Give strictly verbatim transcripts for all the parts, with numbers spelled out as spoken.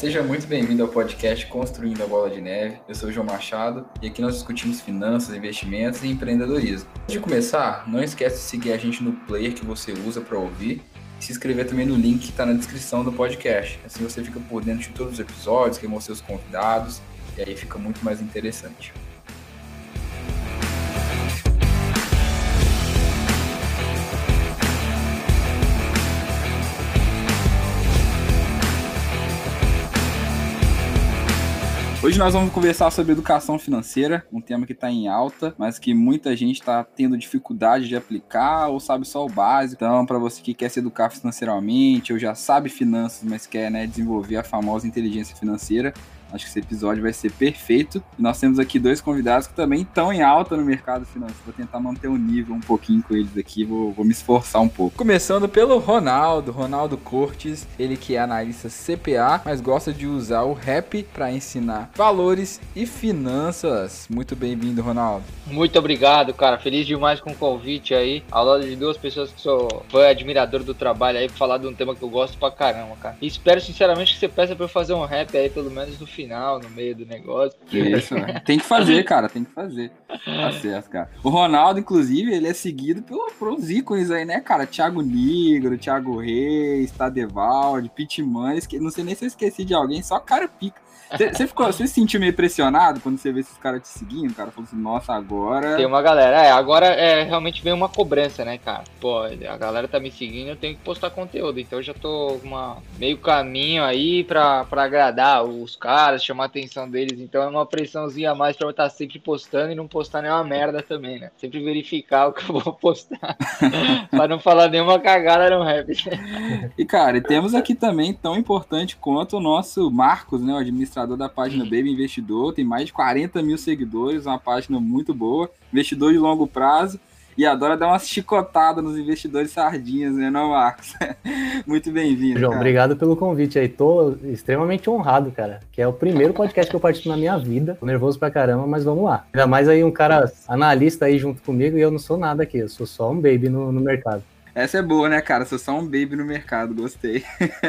Seja muito bem-vindo ao podcast Construindo a Bola de Neve. Eu sou o João Machado e aqui nós discutimos finanças, investimentos e empreendedorismo. Antes de começar, não esquece de seguir a gente no player que você usa para ouvir e se inscrever também no link que está na descrição do podcast. Assim você fica por dentro de todos os episódios, quem vão ser os convidados, e aí fica muito mais interessante. Hoje nós vamos conversar sobre educação financeira, um tema que está em alta, mas que muita gente está tendo dificuldade de aplicar ou sabe só o básico. Então, para você que quer se educar financeiramente ou já sabe finanças, mas quer, né, desenvolver a famosa inteligência financeira, acho que esse episódio vai ser perfeito. E nós temos aqui dois convidados que também estão em alta no mercado financeiro. Vou tentar manter o nível um pouquinho com eles aqui, vou, vou me esforçar um pouco. Começando pelo Ronaldo, Ronaldo Cortes, ele que é analista C P A, mas gosta de usar o rap para ensinar valores e finanças. Muito bem-vindo, Ronaldo. Muito obrigado, cara. Feliz demais com o convite aí. Ao lado de duas pessoas que sou fã, admirador do trabalho aí, pra falar de um tema que eu gosto pra caramba, cara. E espero sinceramente que você peça pra eu fazer um rap aí, pelo menos no final, no meio do negócio. Isso, tem que fazer, cara, tem que fazer. Tá certo, cara. O Ronaldo, inclusive, ele é seguido pelo, pelos ícones aí, né, cara? Thiago Nigro, Thiago Reis, Tadevalde, Pitman, não sei nem se eu esqueci de alguém, só cara pica. Você ficou, você se sentiu meio pressionado quando você vê esses caras te seguindo, cara? Falou assim, nossa, agora... Tem uma galera, é, agora é, realmente vem uma cobrança, né, cara? Pô, a galera tá me seguindo, eu tenho que postar conteúdo, então eu já tô uma, meio caminho aí pra, pra agradar os caras, chamar a atenção deles, então é uma pressãozinha a mais pra eu estar sempre postando e não postar nenhuma merda também, né? Sempre verificar o que eu vou postar, pra não falar nenhuma cagada no rap. E, cara, e temos aqui também, tão importante quanto o nosso Marcos, né, o administrador da página Baby Investidor, tem mais de quarenta mil seguidores, uma página muito boa, investidor de longo prazo, e adora dar uma chicotada nos investidores sardinhas, né, não, Marcos? Muito bem-vindo, João, cara. Obrigado pelo convite aí, tô extremamente honrado, cara, que é o primeiro podcast que eu participo na minha vida, tô nervoso pra caramba, mas vamos lá. Ainda mais aí um cara analista aí junto comigo, e eu não sou nada aqui, eu sou só um baby no, no mercado. Essa é boa, né, cara? Sou só um baby no mercado, gostei.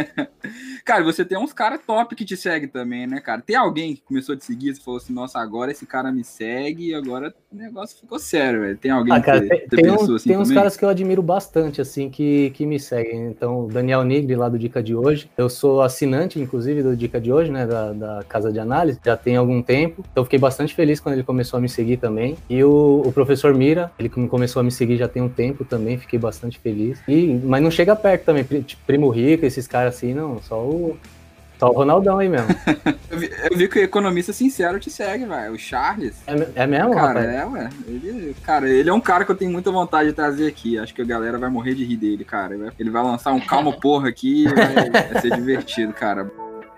Cara, você tem uns caras top que te seguem também, né, cara? Tem alguém que começou a te seguir, você falou assim, nossa, agora esse cara me segue e agora o negócio ficou sério, velho. Tem alguém ah, cara, que tem, você tem pensou um, assim tem uns também? caras que eu admiro bastante, assim, que, que me seguem. Então, o Daniel Nigri, lá do Dica de Hoje. Eu sou assinante, inclusive, do Dica de Hoje, né, da, da Casa de Análise. Já tem algum tempo. Então, fiquei bastante feliz quando ele começou a me seguir também. E o, o professor Mira, ele começou a me seguir já tem um tempo também. Fiquei bastante feliz. E, mas não chega perto também. Primo Rico, esses caras assim, não. Só o... Só o Ronaldão aí mesmo. eu, vi, eu vi que o economista sincero te segue, velho. O Charles. É, é mesmo, cara, rapaz? é, ué. Ele, cara, ele é um cara que eu tenho muita vontade de trazer aqui. Acho que a galera vai morrer de rir dele, cara. Ele vai, ele vai lançar um calma porra aqui e vai, vai ser divertido, cara.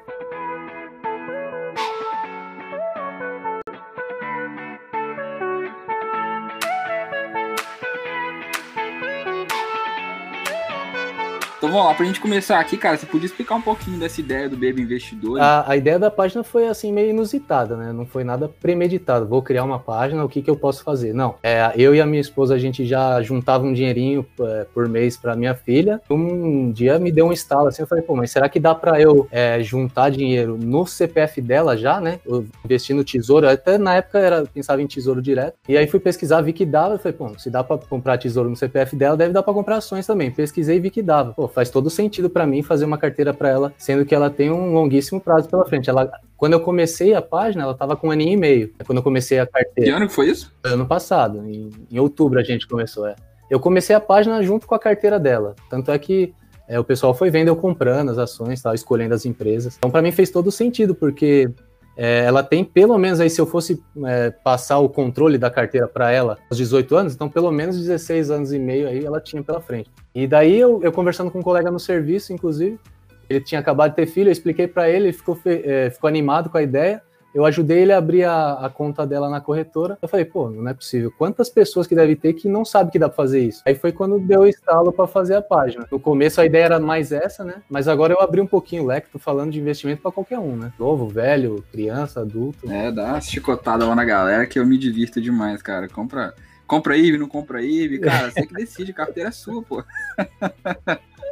Então vamos lá, pra gente começar aqui, cara, você podia explicar um pouquinho dessa ideia do Baby Investidor? A, a ideia da página foi assim, meio inusitada, né? Não foi nada premeditado. Vou criar uma página, o que que eu posso fazer? Não, é, eu e a minha esposa, a gente já juntava um dinheirinho é, por mês pra minha filha. Um dia me deu um estalo assim, eu falei, pô, mas será que dá pra eu é, juntar dinheiro no C P F dela já, né? Eu investi no tesouro, até na época era, pensava em tesouro direto. E aí fui pesquisar, vi que dava, eu falei, pô, se dá pra comprar tesouro no C P F dela, deve dar pra comprar ações também. Pesquisei e vi que dava. Pô, faz todo sentido pra mim fazer uma carteira pra ela, sendo que ela tem um longuíssimo prazo pela frente. Ela, quando eu comecei a página, ela tava com um aninho e meio. Quando eu comecei a carteira. Que ano que foi isso? Ano passado, em, em outubro a gente começou, é. Eu comecei a página junto com a carteira dela. Tanto é que é, o pessoal foi vendo eu comprando as ações, tal, escolhendo as empresas. Então pra mim fez todo sentido, porque é, ela tem pelo menos aí, se eu fosse é, passar o controle da carteira para ela aos dezoito anos, então pelo menos dezesseis anos e meio aí ela tinha pela frente. E daí eu, eu conversando com um colega no serviço, inclusive, ele tinha acabado de ter filho, eu expliquei para ele, ele ficou, é, ficou animado com a ideia. Eu ajudei ele a abrir a, a conta dela na corretora. Eu falei, pô, não é possível. Quantas pessoas que deve ter que não sabem que dá pra fazer isso? Aí foi quando deu o estalo pra fazer a página. No começo a ideia era mais essa, né? Mas agora eu abri um pouquinho o leque, tô falando de investimento pra qualquer um, né? Novo, velho, criança, adulto. É, dá uma chicotada lá na galera que eu me divirto demais, cara. Compra, compra I V, não compra I V, cara, você que decide, a carteira é sua, pô.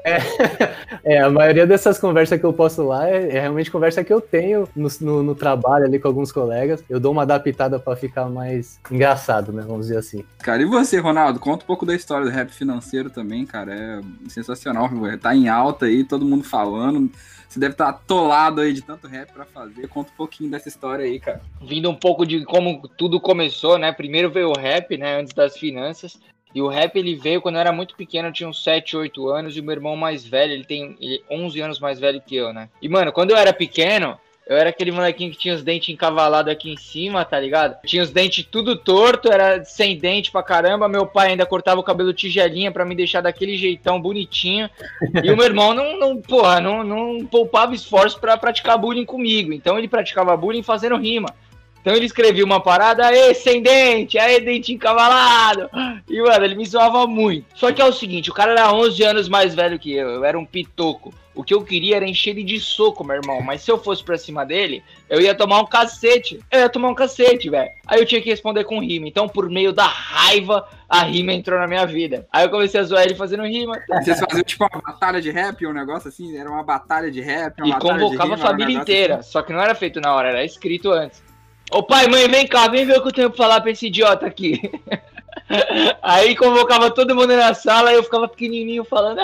É, é, a maioria dessas conversas que eu posto lá é, é realmente conversa que eu tenho no, no, no trabalho ali com alguns colegas. Eu dou uma adaptada pra ficar mais engraçado, né? Vamos dizer assim. Cara, e você, Ronaldo? Conta um pouco da história do rap financeiro também, cara. É sensacional. Tá em alta aí, todo mundo falando. Você deve estar atolado aí de tanto rap pra fazer. Conta um pouquinho dessa história aí, cara. Vindo um pouco de como tudo começou, né? Primeiro veio o rap, né? Antes das finanças. E o rap, ele veio quando eu era muito pequeno, eu tinha uns sete, oito anos, e o meu irmão mais velho, ele tem ele é onze anos mais velho que eu, né? E, mano, quando eu era pequeno, eu era aquele molequinho que tinha os dentes encavalados aqui em cima, tá ligado? Tinha os dentes tudo torto, era sem dente pra caramba. Meu pai ainda cortava o cabelo tigelinha pra me deixar daquele jeitão bonitinho. E o meu irmão não, não porra, não, não poupava esforço pra praticar bullying comigo. Então ele praticava bullying fazendo rima. Então ele escrevia uma parada, aê, sem dente, aê, dente encavalado. E, mano, ele me zoava muito. Só que é o seguinte, o cara era onze anos mais velho que eu, eu era um pitoco. O que eu queria era encher ele de soco, meu irmão. Mas se eu fosse pra cima dele, eu ia tomar um cacete. Eu ia tomar um cacete, velho. Aí eu tinha que responder com rima. Então, por meio da raiva, a rima entrou na minha vida. Aí eu comecei a zoar ele fazendo rima. Vocês faziam tipo uma batalha de rap, um negócio assim? Era uma batalha de rap, uma e batalha convocava de rima, a família um inteira. assim. Só que não era feito na hora, era escrito antes. Ô pai, mãe, vem cá, vem ver o que eu tenho pra falar pra esse idiota aqui. Aí convocava todo mundo na sala e eu ficava pequenininho falando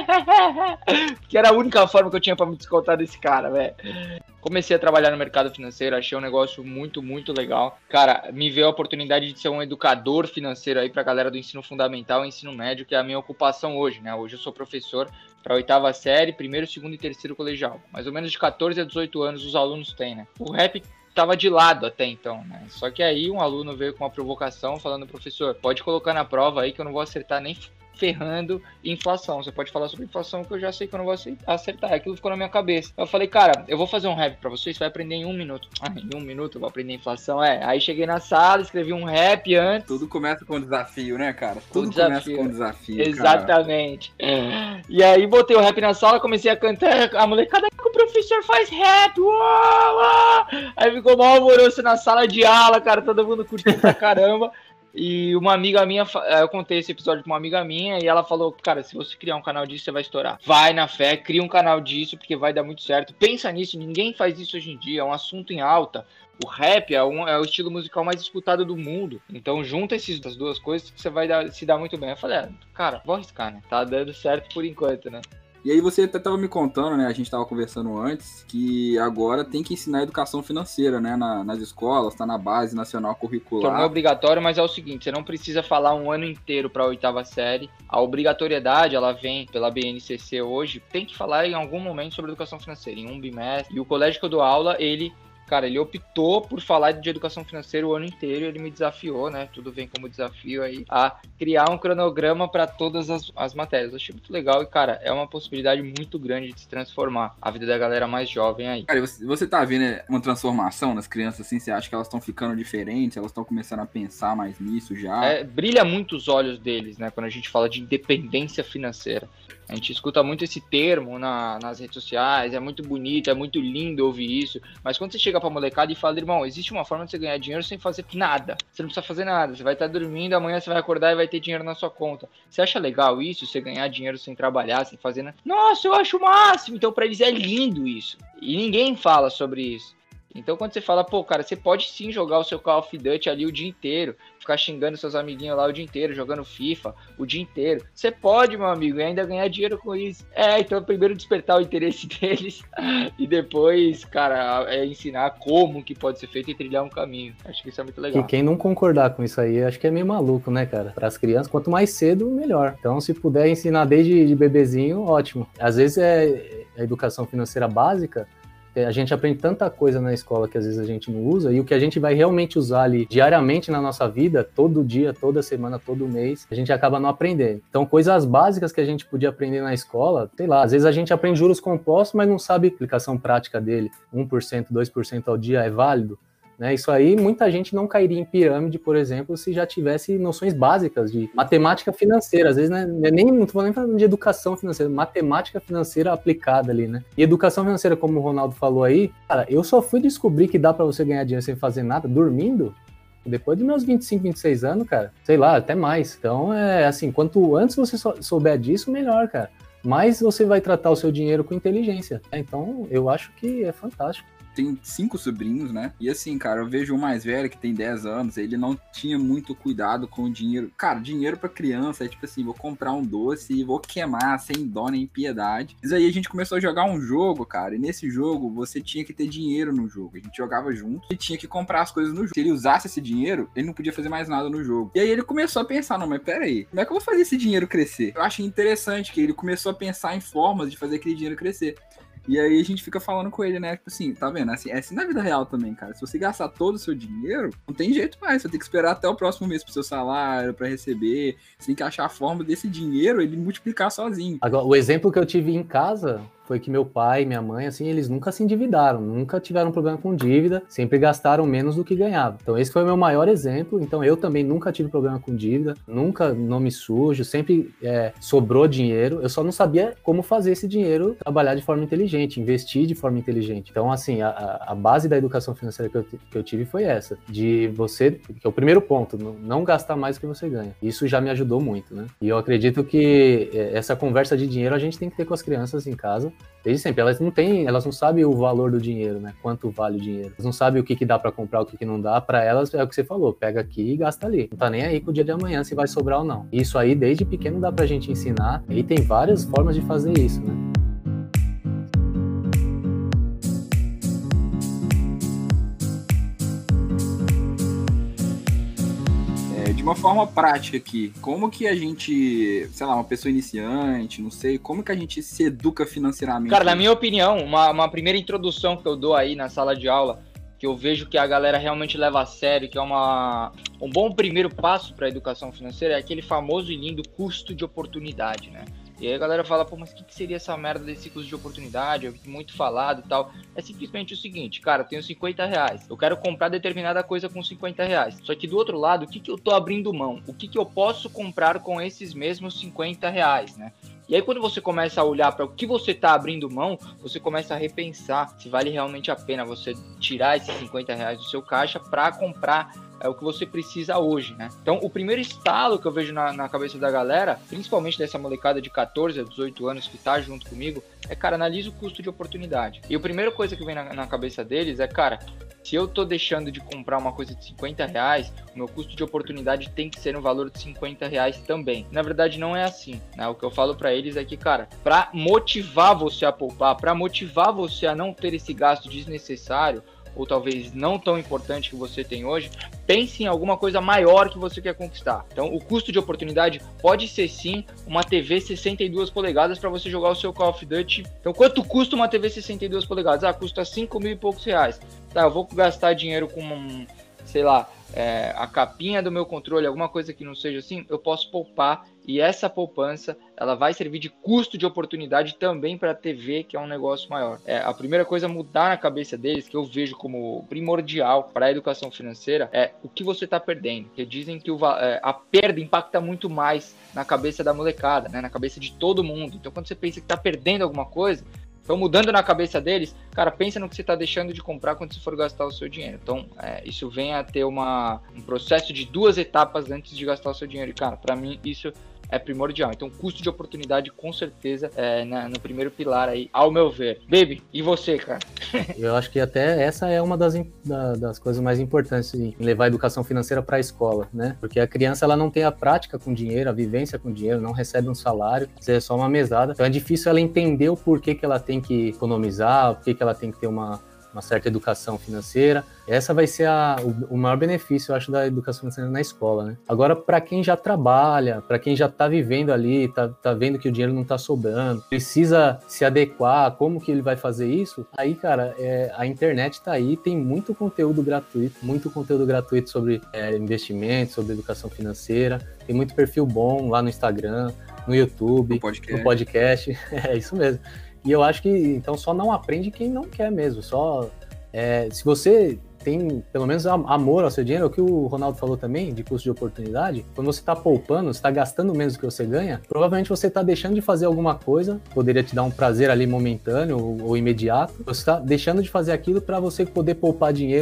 que era a única forma que eu tinha pra me descontar desse cara, velho. Comecei a trabalhar no mercado financeiro, achei um negócio muito, muito legal. Cara, me veio a oportunidade de ser um educador financeiro aí pra galera do ensino fundamental e ensino médio, que é a minha ocupação hoje, né? Hoje eu sou professor para oitava série, primeiro, segundo e terceiro colegial. Mais ou menos de quatorze a dezoito anos os alunos têm, né? O rap tava de lado até então, né? Só que aí um aluno veio com uma provocação falando, professor, pode colocar na prova aí que eu não vou acertar nem ferrando inflação. Você pode falar sobre inflação que eu já sei que eu não vou acertar. Aquilo ficou na minha cabeça. Eu falei, cara, eu vou fazer um rap pra você, você vai aprender em um minuto. Ah, em um minuto eu vou aprender inflação? É. Aí cheguei na sala, escrevi um rap antes. Tudo começa com desafio, né, cara? Tudo desafio. começa com desafio, Exatamente. Cara. E aí botei o rap na sala, comecei a cantar, a molecada que o professor faz rap, uou, uou. Aí ficou mal alvoroço na sala de aula, cara, todo mundo curtindo pra caramba. E uma amiga minha, eu contei esse episódio com uma amiga minha e ela falou, cara, se você criar um canal disso, você vai estourar. Vai na fé, cria um canal disso, porque vai dar muito certo. Pensa nisso, ninguém faz isso hoje em dia, é um assunto em alta. O rap é, um, é o estilo musical mais escutado do mundo. Então junta essas duas coisas que você vai dar, se dar muito bem. Eu falei, ah, cara, vou arriscar, né? Tá dando certo por enquanto, né? E aí você até tava me contando, né, a gente tava conversando antes, que agora tem que ensinar educação financeira, né, na, nas escolas, tá na base nacional curricular. Tornou obrigatório, mas é o seguinte, você não precisa falar um ano inteiro pra oitava série. A obrigatoriedade, ela vem pela B N C C hoje, tem que falar em algum momento sobre educação financeira, em um bimestre. E o colégio que eu dou aula, ele... Cara, ele optou por falar de educação financeira o ano inteiro, ele me desafiou, né? Tudo vem como desafio aí, a criar um cronograma para todas as, as matérias. Eu achei muito legal e, cara, é uma possibilidade muito grande de se transformar a vida da galera mais jovem aí. Cara, você, você tá vendo uma transformação nas crianças, assim? Você acha que elas estão ficando diferentes? Elas estão começando a pensar mais nisso já? É, brilha muito os olhos deles, né? Quando a gente fala de independência financeira. A gente escuta muito esse termo na, nas redes sociais, é muito bonito, é muito lindo ouvir isso, mas quando você chega pra molecada e fala, irmão, existe uma forma de você ganhar dinheiro sem fazer nada, você não precisa fazer nada, você vai estar dormindo, amanhã você vai acordar e vai ter dinheiro na sua conta. Você acha legal isso, você ganhar dinheiro sem trabalhar, sem fazer nada? Nossa, eu acho o máximo, então pra eles é lindo isso, e ninguém fala sobre isso. Então quando você fala, pô, cara, você pode sim jogar o seu Call of Duty ali o dia inteiro, ficar xingando seus amiguinhos lá o dia inteiro, jogando FIFA o dia inteiro. Você pode, meu amigo, e ainda ganhar dinheiro com isso. É, então primeiro despertar o interesse deles e depois, cara, é ensinar como que pode ser feito e trilhar um caminho. Acho que isso é muito legal. E quem não concordar com isso aí, acho que é meio maluco, né, cara? Para as crianças, quanto mais cedo, melhor. Então, se puder ensinar desde de bebezinho, ótimo. Às vezes é a educação financeira básica, a gente aprende tanta coisa na escola que às vezes a gente não usa, e o que a gente vai realmente usar ali diariamente na nossa vida, todo dia, toda semana, todo mês, a gente acaba não aprendendo. Então, coisas básicas que a gente podia aprender na escola, sei lá, às vezes a gente aprende juros compostos, mas não sabe a aplicação prática dele. um por cento, dois por cento ao dia é válido? Né? Isso aí, muita gente não cairia em pirâmide, por exemplo, se já tivesse noções básicas de matemática financeira. Às vezes, né, nem, não estou nem falando de educação financeira, matemática financeira aplicada ali, né? E educação financeira, como o Ronaldo falou aí, cara, eu só fui descobrir que dá para você ganhar dinheiro sem fazer nada, dormindo, depois dos meus vinte e cinco, vinte e seis anos, cara. Sei lá, até mais. Então, é assim, quanto antes você souber disso, melhor, cara. mais você vai tratar o seu dinheiro com inteligência. Então, eu acho que é fantástico. Tem cinco sobrinhos, né? E assim, cara, eu vejo o mais velho, que tem dez anos, ele não tinha muito cuidado com o dinheiro. Cara, dinheiro pra criança é tipo assim, vou comprar um doce e vou queimar sem dó nem piedade. Mas aí a gente começou a jogar um jogo, cara, e nesse jogo você tinha que ter dinheiro no jogo. A gente jogava junto e tinha que comprar as coisas no jogo. Se ele usasse esse dinheiro, ele não podia fazer mais nada no jogo. E aí ele começou a pensar, não, mas pera aí, como é que eu vou fazer esse dinheiro crescer? Eu acho interessante que ele começou a pensar em formas de fazer aquele dinheiro crescer. E aí a gente fica falando com ele, né? Tipo assim, tá vendo? Assim, é assim na vida real também, cara. Se você gastar todo o seu dinheiro, não tem jeito mais. Você tem que esperar até o próximo mês pro seu salário, pra receber. Você tem que achar a forma desse dinheiro, ele multiplicar sozinho. Agora, o exemplo que eu tive em casa foi que meu pai e minha mãe, assim, eles nunca se endividaram, nunca tiveram problema com dívida, sempre gastaram menos do que ganhavam. Então esse foi o meu maior exemplo. Então eu também nunca tive problema com dívida, nunca nome sujo, sempre é, sobrou dinheiro. Eu só não sabia como fazer esse dinheiro trabalhar de forma inteligente, investir de forma inteligente. Então assim, a, a base da educação financeira que eu, que eu tive foi essa, de você, que é o primeiro ponto, não gastar mais do que você ganha. Isso já me ajudou muito, né? E eu acredito que essa conversa de dinheiro a gente tem que ter com as crianças em casa, desde sempre. Elas não têm, elas não sabem o valor do dinheiro, né? Quanto vale o dinheiro. Elas não sabem o que, que dá pra comprar, o que, que não dá. Pra elas é o que você falou, pega aqui e gasta ali. Não tá nem aí com o dia de amanhã se vai sobrar ou não. Isso aí, desde pequeno, dá pra gente ensinar. E tem várias formas de fazer isso, né? De uma forma prática aqui, como que a gente, sei lá, uma pessoa iniciante, não sei, como que a gente se educa financeiramente? Cara, na minha opinião, uma, uma primeira introdução que eu dou aí na sala de aula, que eu vejo que a galera realmente leva a sério, que é uma, um bom primeiro passo para a educação financeira, é aquele famoso e lindo custo de oportunidade, né? E aí a galera fala, pô, mas o que, que seria essa merda desse custo de oportunidade? É muito falado e tal. É simplesmente o seguinte, cara, eu tenho cinquenta reais. Eu quero comprar determinada coisa com cinquenta reais. Só que do outro lado, o que, que eu tô abrindo mão? O que, que eu posso comprar com esses mesmos cinquenta reais, né? E aí quando você começa a olhar para o que você está abrindo mão, você começa a repensar se vale realmente a pena você tirar esses cinquenta reais do seu caixa para comprar é, o que você precisa hoje, né? Então o primeiro estalo que eu vejo na, na cabeça da galera, principalmente dessa molecada de catorze a dezoito anos que tá junto comigo, é, cara, analisa o custo de oportunidade. E a primeira coisa que vem na, na cabeça deles é, cara, se eu tô deixando de comprar uma coisa de cinquenta reais, o meu custo de oportunidade tem que ser no valor de cinquenta reais também. Na verdade, não é assim, né? O que eu falo pra eles é que, cara, pra motivar você a poupar, pra motivar você a não ter esse gasto desnecessário, ou talvez não tão importante que você tem hoje, pense em alguma coisa maior que você quer conquistar. Então, o custo de oportunidade pode ser sim uma T V sessenta e duas polegadas para você jogar o seu Call of Duty. Então, quanto custa uma T V sessenta e duas polegadas? Ah, custa cinco mil e poucos reais. Tá, eu vou gastar dinheiro com, um, sei lá, é, a capinha do meu controle, alguma coisa que não seja assim, eu posso poupar, e essa poupança ela vai servir de custo de oportunidade também para a T V, que é um negócio maior. É, a primeira coisa a mudar na cabeça deles, que eu vejo como primordial para a educação financeira, é o que você está perdendo. Porque dizem que o, é, a perda impacta muito mais na cabeça da molecada, né, na cabeça de todo mundo. Então quando você pensa que está perdendo alguma coisa, então, mudando na cabeça deles, cara, pensa no que você está deixando de comprar quando você for gastar o seu dinheiro. Então, é, isso vem a ter uma, um processo de duas etapas antes de gastar o seu dinheiro. E, cara, para mim, isso é primordial. Então, custo de oportunidade, com certeza, é na, no primeiro pilar aí, ao meu ver. Baby, e você, cara? Eu acho que até essa é uma das, da, das coisas mais importantes em levar a educação financeira para a escola, né? Porque a criança, ela não tem a prática com dinheiro, a vivência com dinheiro, não recebe um salário, é só uma mesada. Então é difícil ela entender o porquê que ela tem que economizar, o porquê que ela tem que ter uma, uma certa educação financeira. Essa vai ser a, o, o maior benefício, eu acho, da educação financeira na escola, né? Agora, para quem já trabalha, para quem já está vivendo ali, tá, tá vendo que o dinheiro não está sobrando, precisa se adequar, como que ele vai fazer isso? Aí, cara, é, a internet está aí, tem muito conteúdo gratuito, muito conteúdo gratuito sobre é, investimento, sobre educação financeira, tem muito perfil bom lá no Instagram, no YouTube, no podcast, no podcast. É isso mesmo. E eu acho que, então, só não aprende quem não quer mesmo. Só, é, se você tem, pelo menos, amor ao seu dinheiro, é o que o Ronaldo falou também, de custo de oportunidade, quando você está poupando, você está gastando menos do que você ganha, provavelmente você está deixando de fazer alguma coisa, poderia te dar um prazer ali momentâneo ou, ou imediato, você está deixando de fazer aquilo para você poder poupar dinheiro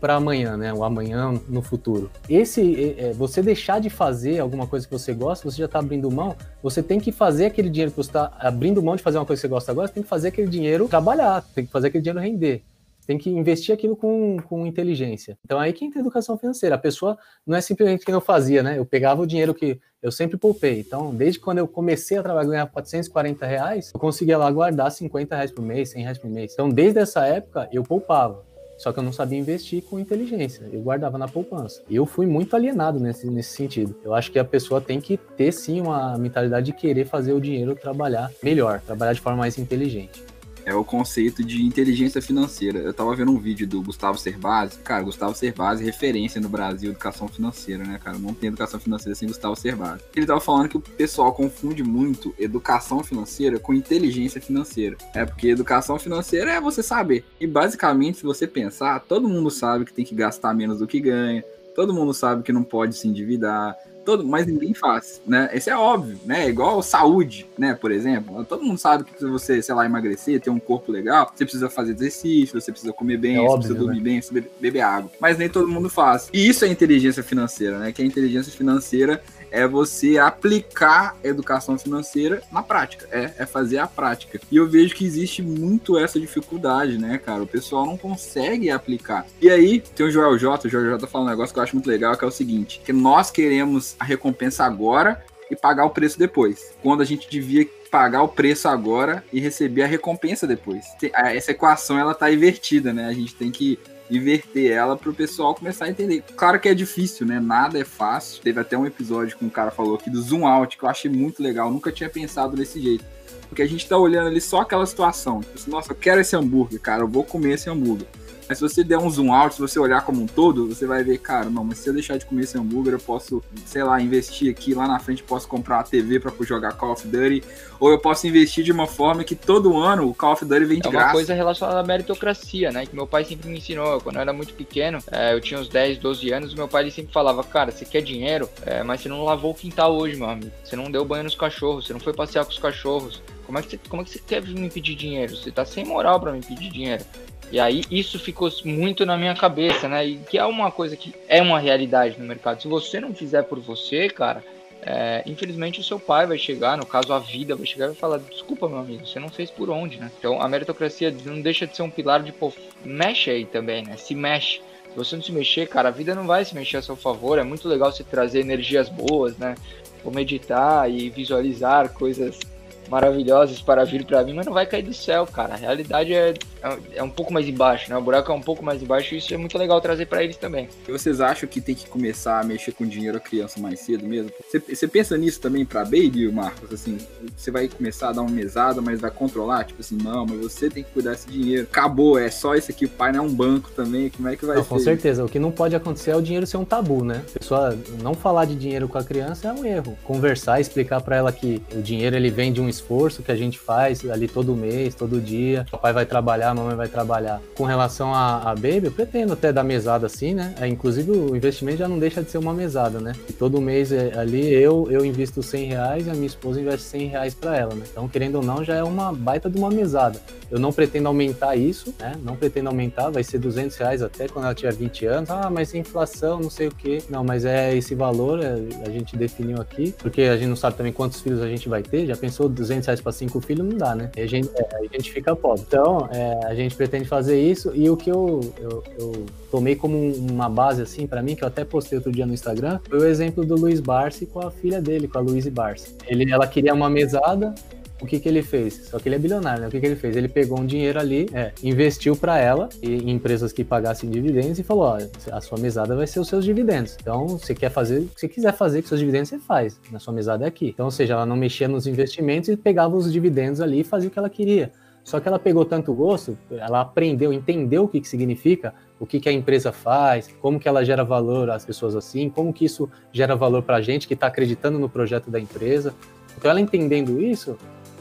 para amanhã, né? O amanhã no futuro. Esse, é, você deixar de fazer alguma coisa que você gosta, você já está abrindo mão, você tem que fazer aquele dinheiro que você está abrindo mão de fazer uma coisa que você gosta agora, você tem que fazer aquele dinheiro trabalhar, tem que fazer aquele dinheiro render. Tem que investir aquilo com, com inteligência. Então, aí que entra a educação financeira. A pessoa não é simplesmente que eu fazia, né? Eu pegava o dinheiro que eu sempre poupei. Então, desde quando eu comecei a trabalhar, ganhar quatrocentos e quarenta reais, eu conseguia lá guardar cinquenta reais por mês, cem reais por mês. Então, desde essa época, eu poupava. Só que eu não sabia investir com inteligência. Eu guardava na poupança. E eu fui muito alienado nesse, nesse sentido. Eu acho que a pessoa tem que ter, sim, uma mentalidade de querer fazer o dinheiro trabalhar melhor, trabalhar de forma mais inteligente. É o conceito de inteligência financeira. Eu tava vendo um vídeo do Gustavo Cerbasi. Cara, Gustavo Cerbasi, referência no Brasil, educação financeira, né, cara? Não tem educação financeira sem Gustavo Cerbasi. Ele tava falando que o pessoal confunde muito educação financeira com inteligência financeira. É porque educação financeira é você saber. E basicamente, se você pensar, todo mundo sabe que tem que gastar menos do que ganha. Todo mundo sabe que não pode se endividar. Todo, mas ninguém faz, né? Isso é óbvio, né? É igual saúde, né? Por exemplo, todo mundo sabe que se você, sei lá, emagrecer, ter um corpo legal, você precisa fazer exercício, você precisa comer bem, é você óbvio, precisa dormir né? bem, você beber, beber água. Mas nem todo mundo faz. E isso é inteligência financeira, né? Que a inteligência financeira é você aplicar a educação financeira na prática, é, é fazer a prática. E eu vejo que existe muito essa dificuldade, né, cara? O pessoal não consegue aplicar. E aí, tem o Joel J, o Joel J fala um negócio que eu acho muito legal, que é o seguinte, que nós queremos a recompensa agora e pagar o preço depois, quando a gente devia pagar o preço agora e receber a recompensa depois. Essa equação, ela tá invertida, né? A gente tem que inverter ela para o pessoal começar a entender. Claro que é difícil, né? Nada é fácil. Teve até um episódio que um cara falou aqui do zoom out, que eu achei muito legal. Eu nunca tinha pensado desse jeito. Porque a gente tá olhando ali só aquela situação. Tipo assim, nossa, eu quero esse hambúrguer, cara. Eu vou comer esse hambúrguer. Mas se você der um zoom out, se você olhar como um todo, você vai ver, cara, não, mas se eu deixar de comer esse hambúrguer, eu posso, sei lá, investir aqui, lá na frente posso comprar uma T V pra jogar Call of Duty, ou eu posso investir de uma forma que todo ano o Call of Duty vem de graça. É uma coisa relacionada à meritocracia, né, que meu pai sempre me ensinou. Quando eu era muito pequeno, é, eu tinha uns dez, doze anos, meu pai ele sempre falava, cara, você quer dinheiro, é, mas você não lavou o quintal hoje, meu amigo, você não deu banho nos cachorros, você não foi passear com os cachorros, como é que você, como é que você quer me pedir dinheiro? Você tá sem moral pra me pedir dinheiro. E aí isso ficou muito na minha cabeça, né? E que é uma coisa que é uma realidade no mercado. Se você não fizer por você, cara, é, infelizmente o seu pai vai chegar, no caso a vida, vai chegar e vai falar, desculpa, meu amigo, você não fez por onde, né? Então a meritocracia não deixa de ser um pilar de, pô, mexe aí também, né? Se mexe. Se você não se mexer, cara, a vida não vai se mexer a seu favor. É muito legal você trazer energias boas, né? Vou meditar e visualizar coisas maravilhosas para vir para mim, mas não vai cair do céu, cara. A realidade é, é, é um pouco mais embaixo, né? O buraco é um pouco mais embaixo e isso é muito legal trazer para eles também. E vocês acham que tem que começar a mexer com dinheiro a criança mais cedo mesmo? Você, você pensa nisso também para baby, Marcos? Assim, você vai começar a dar uma mesada, mas vai controlar? Tipo assim, não, mas você tem que cuidar desse dinheiro. Acabou, é só isso aqui, o pai não é um banco também, como é que vai não, ser? Com certeza, o que não pode acontecer é o dinheiro ser um tabu, né? A pessoa não falar de dinheiro com a criança é um erro. Conversar, explicar para ela que o dinheiro ele vem de um esforço que a gente faz ali todo mês, todo dia. O pai vai trabalhar, a mamãe vai trabalhar. Com relação a, a baby, eu pretendo até dar mesada assim, né? É, inclusive o investimento já não deixa de ser uma mesada, né? E todo mês é, ali eu, eu invisto cem reais e a minha esposa investe cem reais para ela, né? Então, querendo ou não, já é uma baita de uma mesada. Eu não pretendo aumentar isso, né? Não pretendo aumentar, vai ser duzentos reais até quando ela tiver vinte anos. Ah, mas inflação, não sei o quê. Não, mas é esse valor, é, a gente definiu aqui, porque a gente não sabe também quantos filhos a gente vai ter. Já pensou duzentos reais para cinco filhos? Não dá, né? A gente, é, a gente fica pobre. Então, é, a gente pretende fazer isso e o que eu, eu, eu tomei como uma base, assim, para mim, que eu até postei outro dia no Instagram, foi o exemplo do Luiz Barsi com a filha dele, com a Luíse Barsi. Ele, ela queria uma mesada. O que que ele fez? Só que ele é bilionário, né? O que que ele fez? Ele pegou um dinheiro ali, é, investiu para ela em empresas que pagassem dividendos e falou, ó, a sua mesada vai ser os seus dividendos. Então, você quer fazer o que você quiser fazer com seus dividendos, você faz. Na sua mesada é aqui. Então, ou seja, ela não mexia nos investimentos e pegava os dividendos ali e fazia o que ela queria. Só que ela pegou tanto gosto, ela aprendeu, entendeu o que que significa, o que que a empresa faz, como que ela gera valor às pessoas assim, como que isso gera valor para a gente que está acreditando no projeto da empresa. Então, ela entendendo isso,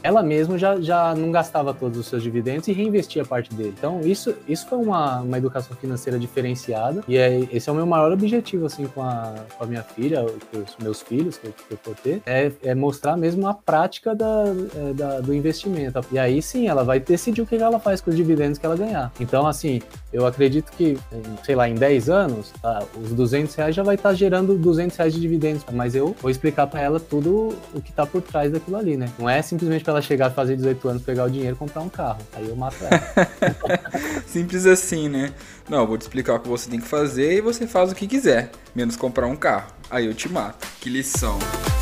ela mesma já, já não gastava todos os seus dividendos e reinvestia parte dele. Então, isso, isso foi uma, uma educação financeira diferenciada, e é, esse é o meu maior objetivo, assim, com a, com a minha filha, com os meus filhos, que eu, que eu vou ter, é, é mostrar mesmo a prática da, é, da, do investimento. E aí, sim, ela vai decidir o que ela faz com os dividendos que ela ganhar. Então, assim, eu acredito que, sei lá, em dez anos, tá, os duzentos reais já vai estar gerando duzentos reais de dividendos, mas eu vou explicar para ela tudo o que tá por trás daquilo ali, né? Não é simplesmente para ela chegar, fazer dezoito anos, pegar o dinheiro e comprar um carro. Aí eu mato ela. Simples assim, né? Não, eu vou te explicar o que você tem que fazer e você faz o que quiser, menos comprar um carro. Aí eu te mato. Que lição.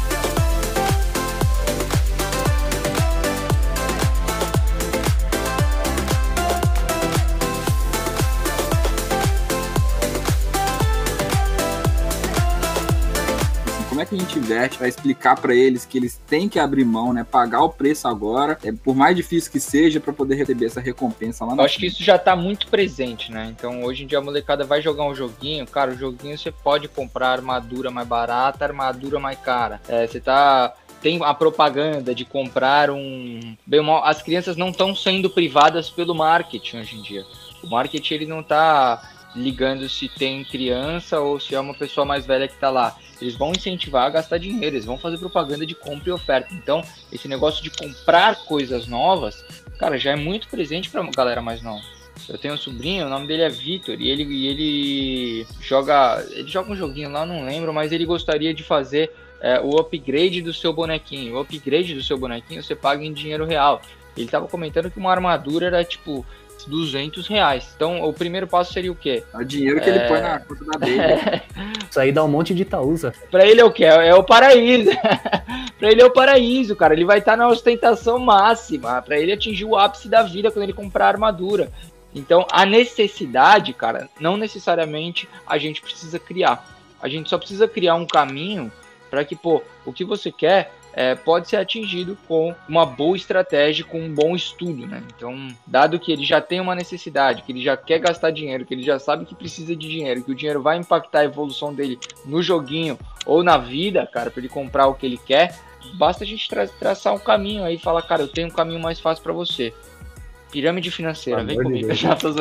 Como é que a gente investe para explicar para eles que eles têm que abrir mão, né? Pagar o preço agora, é, por mais difícil que seja, para poder receber essa recompensa lá na Eu acho que isso já tá muito presente, né? Então hoje em dia a molecada vai jogar um joguinho, cara, o joguinho você pode comprar armadura mais barata, armadura mais cara. É, você tá... Tem a propaganda de comprar um... Bem, as crianças não estão sendo privadas pelo marketing hoje em dia. O marketing ele não tá ligando se tem criança ou se é uma pessoa mais velha que tá lá. Eles vão incentivar a gastar dinheiro, eles vão fazer propaganda de compra e oferta. Então, esse negócio de comprar coisas novas, cara, já é muito presente pra galera mais nova. Eu tenho um sobrinho, o nome dele é Vitor, e ele, e ele joga ele joga um joguinho lá, não lembro, mas ele gostaria de fazer é, o upgrade do seu bonequinho. O upgrade do seu bonequinho você paga em dinheiro real. Ele tava comentando que uma armadura era tipo duzentos reais. Então, o primeiro passo seria o quê? É o dinheiro que é... ele põe na conta da dele. Isso aí dá um monte de Itaúsa. Pra ele é o quê? É o paraíso. Pra ele é o paraíso, cara. Ele vai estar na ostentação máxima. Pra ele atingir o ápice da vida quando ele comprar a armadura. Então, a necessidade, cara, não necessariamente a gente precisa criar. A gente só precisa criar um caminho para que, pô, o que você quer é, pode ser atingido com uma boa estratégia, com um bom estudo, né? Então, dado que ele já tem uma necessidade, que ele já quer gastar dinheiro, que ele já sabe que precisa de dinheiro, que o dinheiro vai impactar a evolução dele no joguinho ou na vida, cara, para ele comprar o que ele quer, basta a gente tra traçar um caminho aí e falar, cara, eu tenho um caminho mais fácil para você. Pirâmide financeira, vem comigo. Já tô...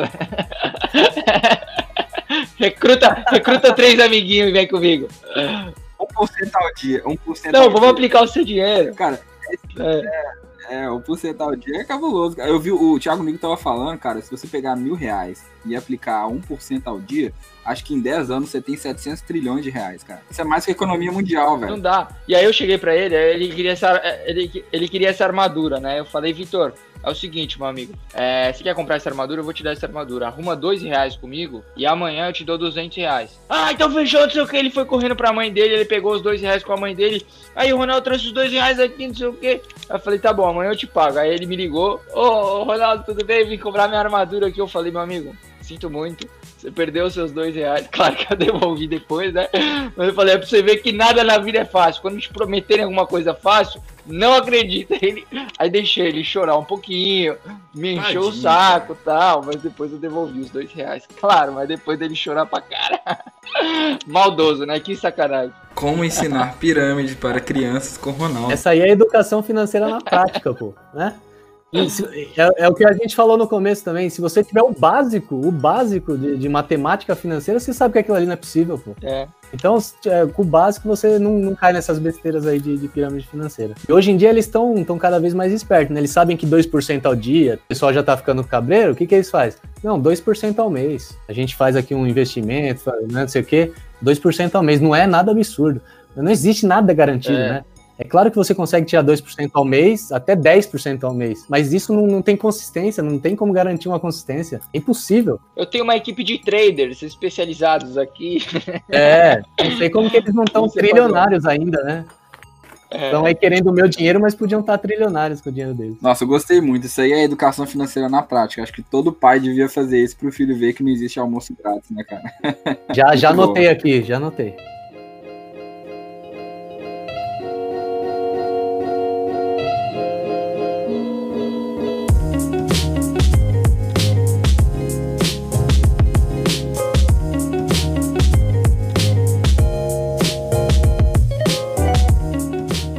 recruta, recruta três amiguinhos e vem comigo. um por cento ao dia. um por cento Não, ao vamos dia. aplicar o seu dinheiro. Cara, é, é, é, um por cento ao dia é cabuloso. Eu vi o Thiago Nico tava falando, cara, se você pegar mil reais e aplicar um por cento ao dia, acho que em dez anos você tem setecentos trilhões de reais, cara. Isso é mais que a economia mundial, velho. Não dá. E aí eu cheguei pra ele, ele queria essa, ele, ele queria essa armadura, né? Eu falei, Vitor, é o seguinte, meu amigo, é, você quer comprar essa armadura? Eu vou te dar essa armadura. Arruma dois reais comigo e amanhã eu te dou duzentos reais. Ah, então fechou, não sei o que. Ele foi correndo pra mãe dele, ele pegou os dois reais com a mãe dele. Aí o Ronaldo trouxe os dois reais aqui, não sei o que. Eu falei, tá bom, amanhã eu te pago. Aí ele me ligou, ô, ô Ronaldo, tudo bem? Vim comprar minha armadura aqui. Eu falei, meu amigo, sinto muito, você perdeu os seus dois reais. Claro que eu devolvi depois, né? Mas eu falei, é pra você ver que nada na vida é fácil. Quando te prometerem alguma coisa fácil, não acredita. Ele... Aí deixei ele chorar um pouquinho, me encheu o saco e tal, mas depois eu devolvi os dois reais. Claro, mas depois dele chorar pra cara. Maldoso, né? Que sacanagem. Como ensinar pirâmide para crianças com Ronaldo. Essa aí é a educação financeira na prática, pô, né? Isso, é, é o que a gente falou no começo também. Se você tiver o básico, o básico de, de matemática financeira, você sabe que aquilo ali não é possível, pô. É. Então, é, com o básico, você não, não cai nessas besteiras aí de, de pirâmide financeira. E hoje em dia, eles estão cada vez mais espertos, né? Eles sabem que dois por cento ao dia, o pessoal já tá ficando cabreiro, o que que eles fazem? Não, dois por cento ao mês. A gente faz aqui um investimento, não sei o quê, dois por cento ao mês. Não é nada absurdo. Não existe nada garantido, é. né? É claro que você consegue tirar dois por cento ao mês, até dez por cento ao mês, mas isso não, não tem consistência, não tem como garantir uma consistência. É impossível. Eu tenho uma equipe de traders especializados aqui. É, não sei como que eles não estão trilionários ainda, né? Estão é. aí querendo o meu dinheiro, mas podiam estar trilionários com o dinheiro deles. Nossa, eu gostei muito. Isso aí é educação financeira na prática. Acho que todo pai devia fazer isso pro filho ver que não existe almoço grátis, né, cara? Já, já anotei aqui, já anotei.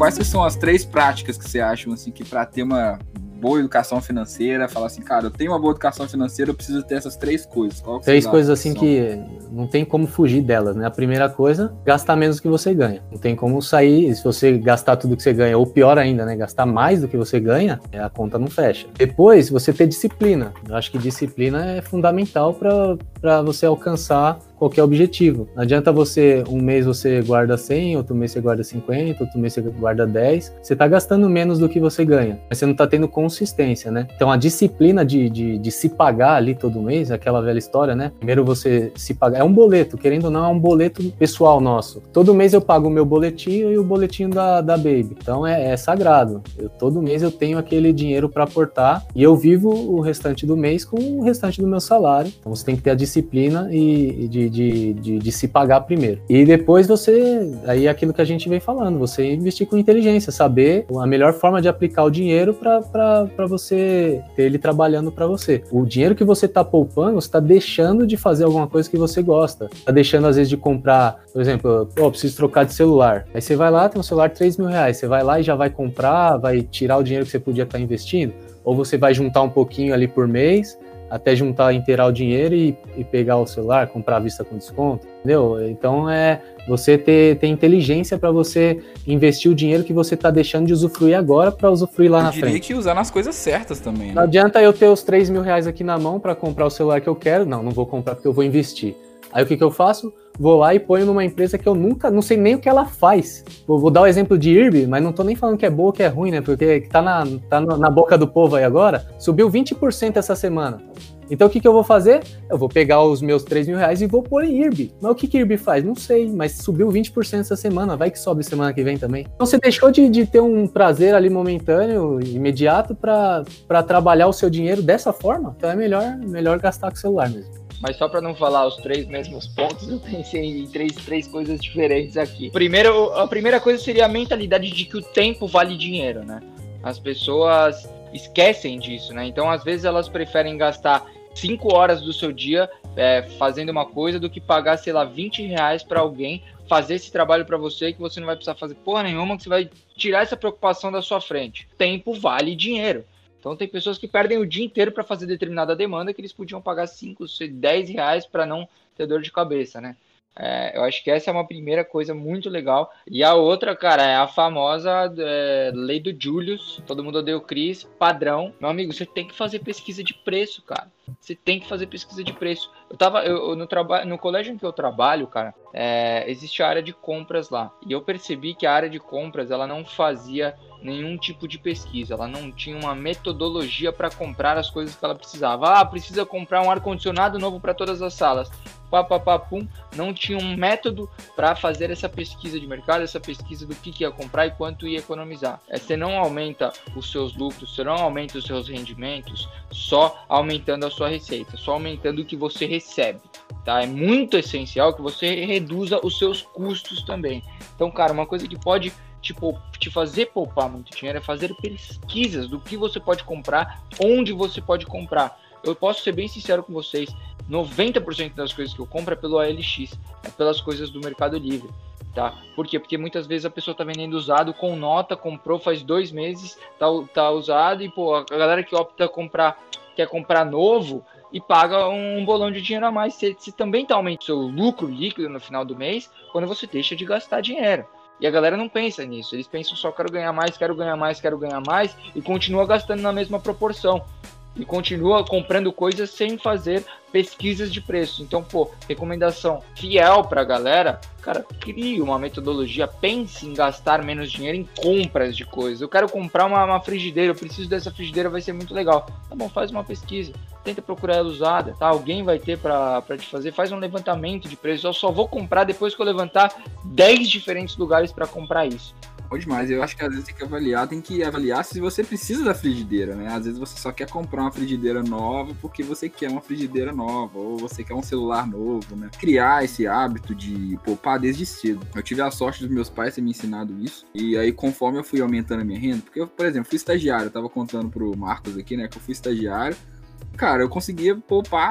quais que são as três práticas que você acha, assim, que para ter uma boa educação financeira, falar assim, cara, eu tenho uma boa educação financeira, eu preciso ter essas três coisas. Qual que três coisas assim que não tem como fugir delas, né? A primeira coisa, gastar menos do que você ganha. Não tem como sair, se você gastar tudo que você ganha, ou pior ainda, né? Gastar mais do que você ganha, a conta não fecha. Depois, você ter disciplina. Eu acho que disciplina é fundamental para você alcançar qualquer objetivo. Não adianta você, um mês você guarda cem, outro mês você guarda cinquenta, outro mês você guarda dez. Você tá gastando menos do que você ganha, mas você não tá tendo consistência, né? Então a disciplina de, de, de se pagar ali todo mês, aquela velha história, né? Primeiro você se pagar, é um boleto, querendo ou não, é um boleto pessoal nosso. Todo mês eu pago o meu boletinho e o boletinho da, da Baby. Então é, é sagrado. Eu, todo mês eu tenho aquele dinheiro para aportar e eu vivo o restante do mês com o restante do meu salário. Então você tem que ter a disciplina e, e de De, de, de se pagar primeiro. E depois você, aí é aquilo que a gente vem falando, você investir com inteligência, saber a melhor forma de aplicar o dinheiro para você ter ele trabalhando para você. O dinheiro que você está poupando, você está deixando de fazer alguma coisa que você gosta. Está deixando, às vezes, de comprar, por exemplo, oh, preciso trocar de celular. Aí você vai lá, tem um celular de três mil reais, você vai lá e já vai comprar, vai tirar o dinheiro que você podia estar investindo, ou você vai juntar um pouquinho ali por mês, até juntar, inteirar o dinheiro e, e pegar o celular, comprar à vista com desconto, entendeu? Então é você ter, ter inteligência para você investir o dinheiro que você está deixando de usufruir agora para usufruir lá eu na frente. Eu diria que usar nas coisas certas também, né? Não adianta eu ter os três mil reais aqui na mão para comprar o celular que eu quero, não, não vou comprar porque eu vou investir. Aí o que que eu faço? Vou lá e ponho numa empresa que eu nunca, não sei nem o que ela faz. Vou, vou dar o exemplo de I R B, mas não tô nem falando que é boa ou que é ruim, né? Porque tá na, tá na boca do povo aí agora, subiu vinte por cento essa semana. Então o que que eu vou fazer? Eu vou pegar os meus três mil reais e vou pôr em I R B. Mas o que que I R B faz? Não sei, mas subiu vinte por cento essa semana, vai que sobe semana que vem também. Então você deixou de, de ter um prazer ali momentâneo, imediato, para trabalhar o seu dinheiro dessa forma. Então é melhor, melhor gastar com o celular mesmo. Mas só para não falar os três mesmos pontos, eu pensei em três, três coisas diferentes aqui. Primeiro, a primeira coisa seria a mentalidade de que o tempo vale dinheiro, né? As pessoas esquecem disso, né? Então, às vezes, elas preferem gastar cinco horas do seu dia é, fazendo uma coisa do que pagar, sei lá, vinte reais para alguém fazer esse trabalho para você, que você não vai precisar fazer porra nenhuma, que você vai tirar essa preocupação da sua frente. Tempo vale dinheiro. Então tem pessoas que perdem o dia inteiro para fazer determinada demanda que eles podiam pagar cinco, dez reais para não ter dor de cabeça, né? É, eu acho que essa é uma primeira coisa muito legal. E a outra, cara, é a famosa é, lei do Julius. Todo mundo odeia o Chris, padrão. Meu amigo, você tem que fazer pesquisa de preço, cara. Você tem que fazer pesquisa de preço. Eu tava eu, eu no, traba- no colégio em que eu trabalho, cara, é, existe a área de compras lá. E eu percebi que a área de compras, ela não fazia nenhum tipo de pesquisa, ela não tinha uma metodologia para comprar as coisas que ela precisava. Ah, precisa comprar um ar-condicionado novo para todas as salas. Pá, pá, pá, pum. Não tinha um método para fazer essa pesquisa de mercado, essa pesquisa do que, que ia comprar e quanto ia economizar. É, você não aumenta os seus lucros, você não aumenta os seus rendimentos só aumentando a sua receita, só aumentando o que você recebe. Tá? É muito essencial que você reduza os seus custos também. Então, cara, uma coisa que pode Tipo, te fazer poupar muito dinheiro é fazer pesquisas do que você pode comprar, onde você pode comprar. Eu posso ser bem sincero com vocês, noventa por cento das coisas que eu compro é pelo O L X, é pelas coisas do Mercado Livre, tá? Por quê? Porque muitas vezes a pessoa tá vendendo usado com nota, comprou faz dois meses, tá, tá usado e, pô, a galera que opta comprar, quer comprar novo e paga um bolão de dinheiro a mais. Você, você também tá aumentando o seu lucro líquido no final do mês quando você deixa de gastar dinheiro. E a galera não pensa nisso, eles pensam só quero ganhar mais, quero ganhar mais, quero ganhar mais e continua gastando na mesma proporção. E continua comprando coisas sem fazer pesquisas de preço. Então, pô, recomendação fiel pra galera, cara, crie uma metodologia, pense em gastar menos dinheiro em compras de coisas. Eu quero comprar uma, uma frigideira, eu preciso dessa frigideira, vai ser muito legal. Tá bom, faz uma pesquisa, tenta procurar ela usada, tá? Alguém vai ter pra, pra te fazer, faz um levantamento de preços. Eu só vou comprar depois que eu levantar dez diferentes lugares pra comprar isso. Bom demais, eu acho que às vezes tem que avaliar, tem que avaliar se você precisa da frigideira, né? Às vezes você só quer comprar uma frigideira nova porque você quer uma frigideira nova, ou você quer um celular novo, né? Criar esse hábito de poupar desde cedo. Eu tive a sorte dos meus pais terem me ensinado isso, e aí conforme eu fui aumentando a minha renda, porque eu, por exemplo, fui estagiário, eu tava contando pro Marcos aqui, né, que eu fui estagiário, cara, eu conseguia poupar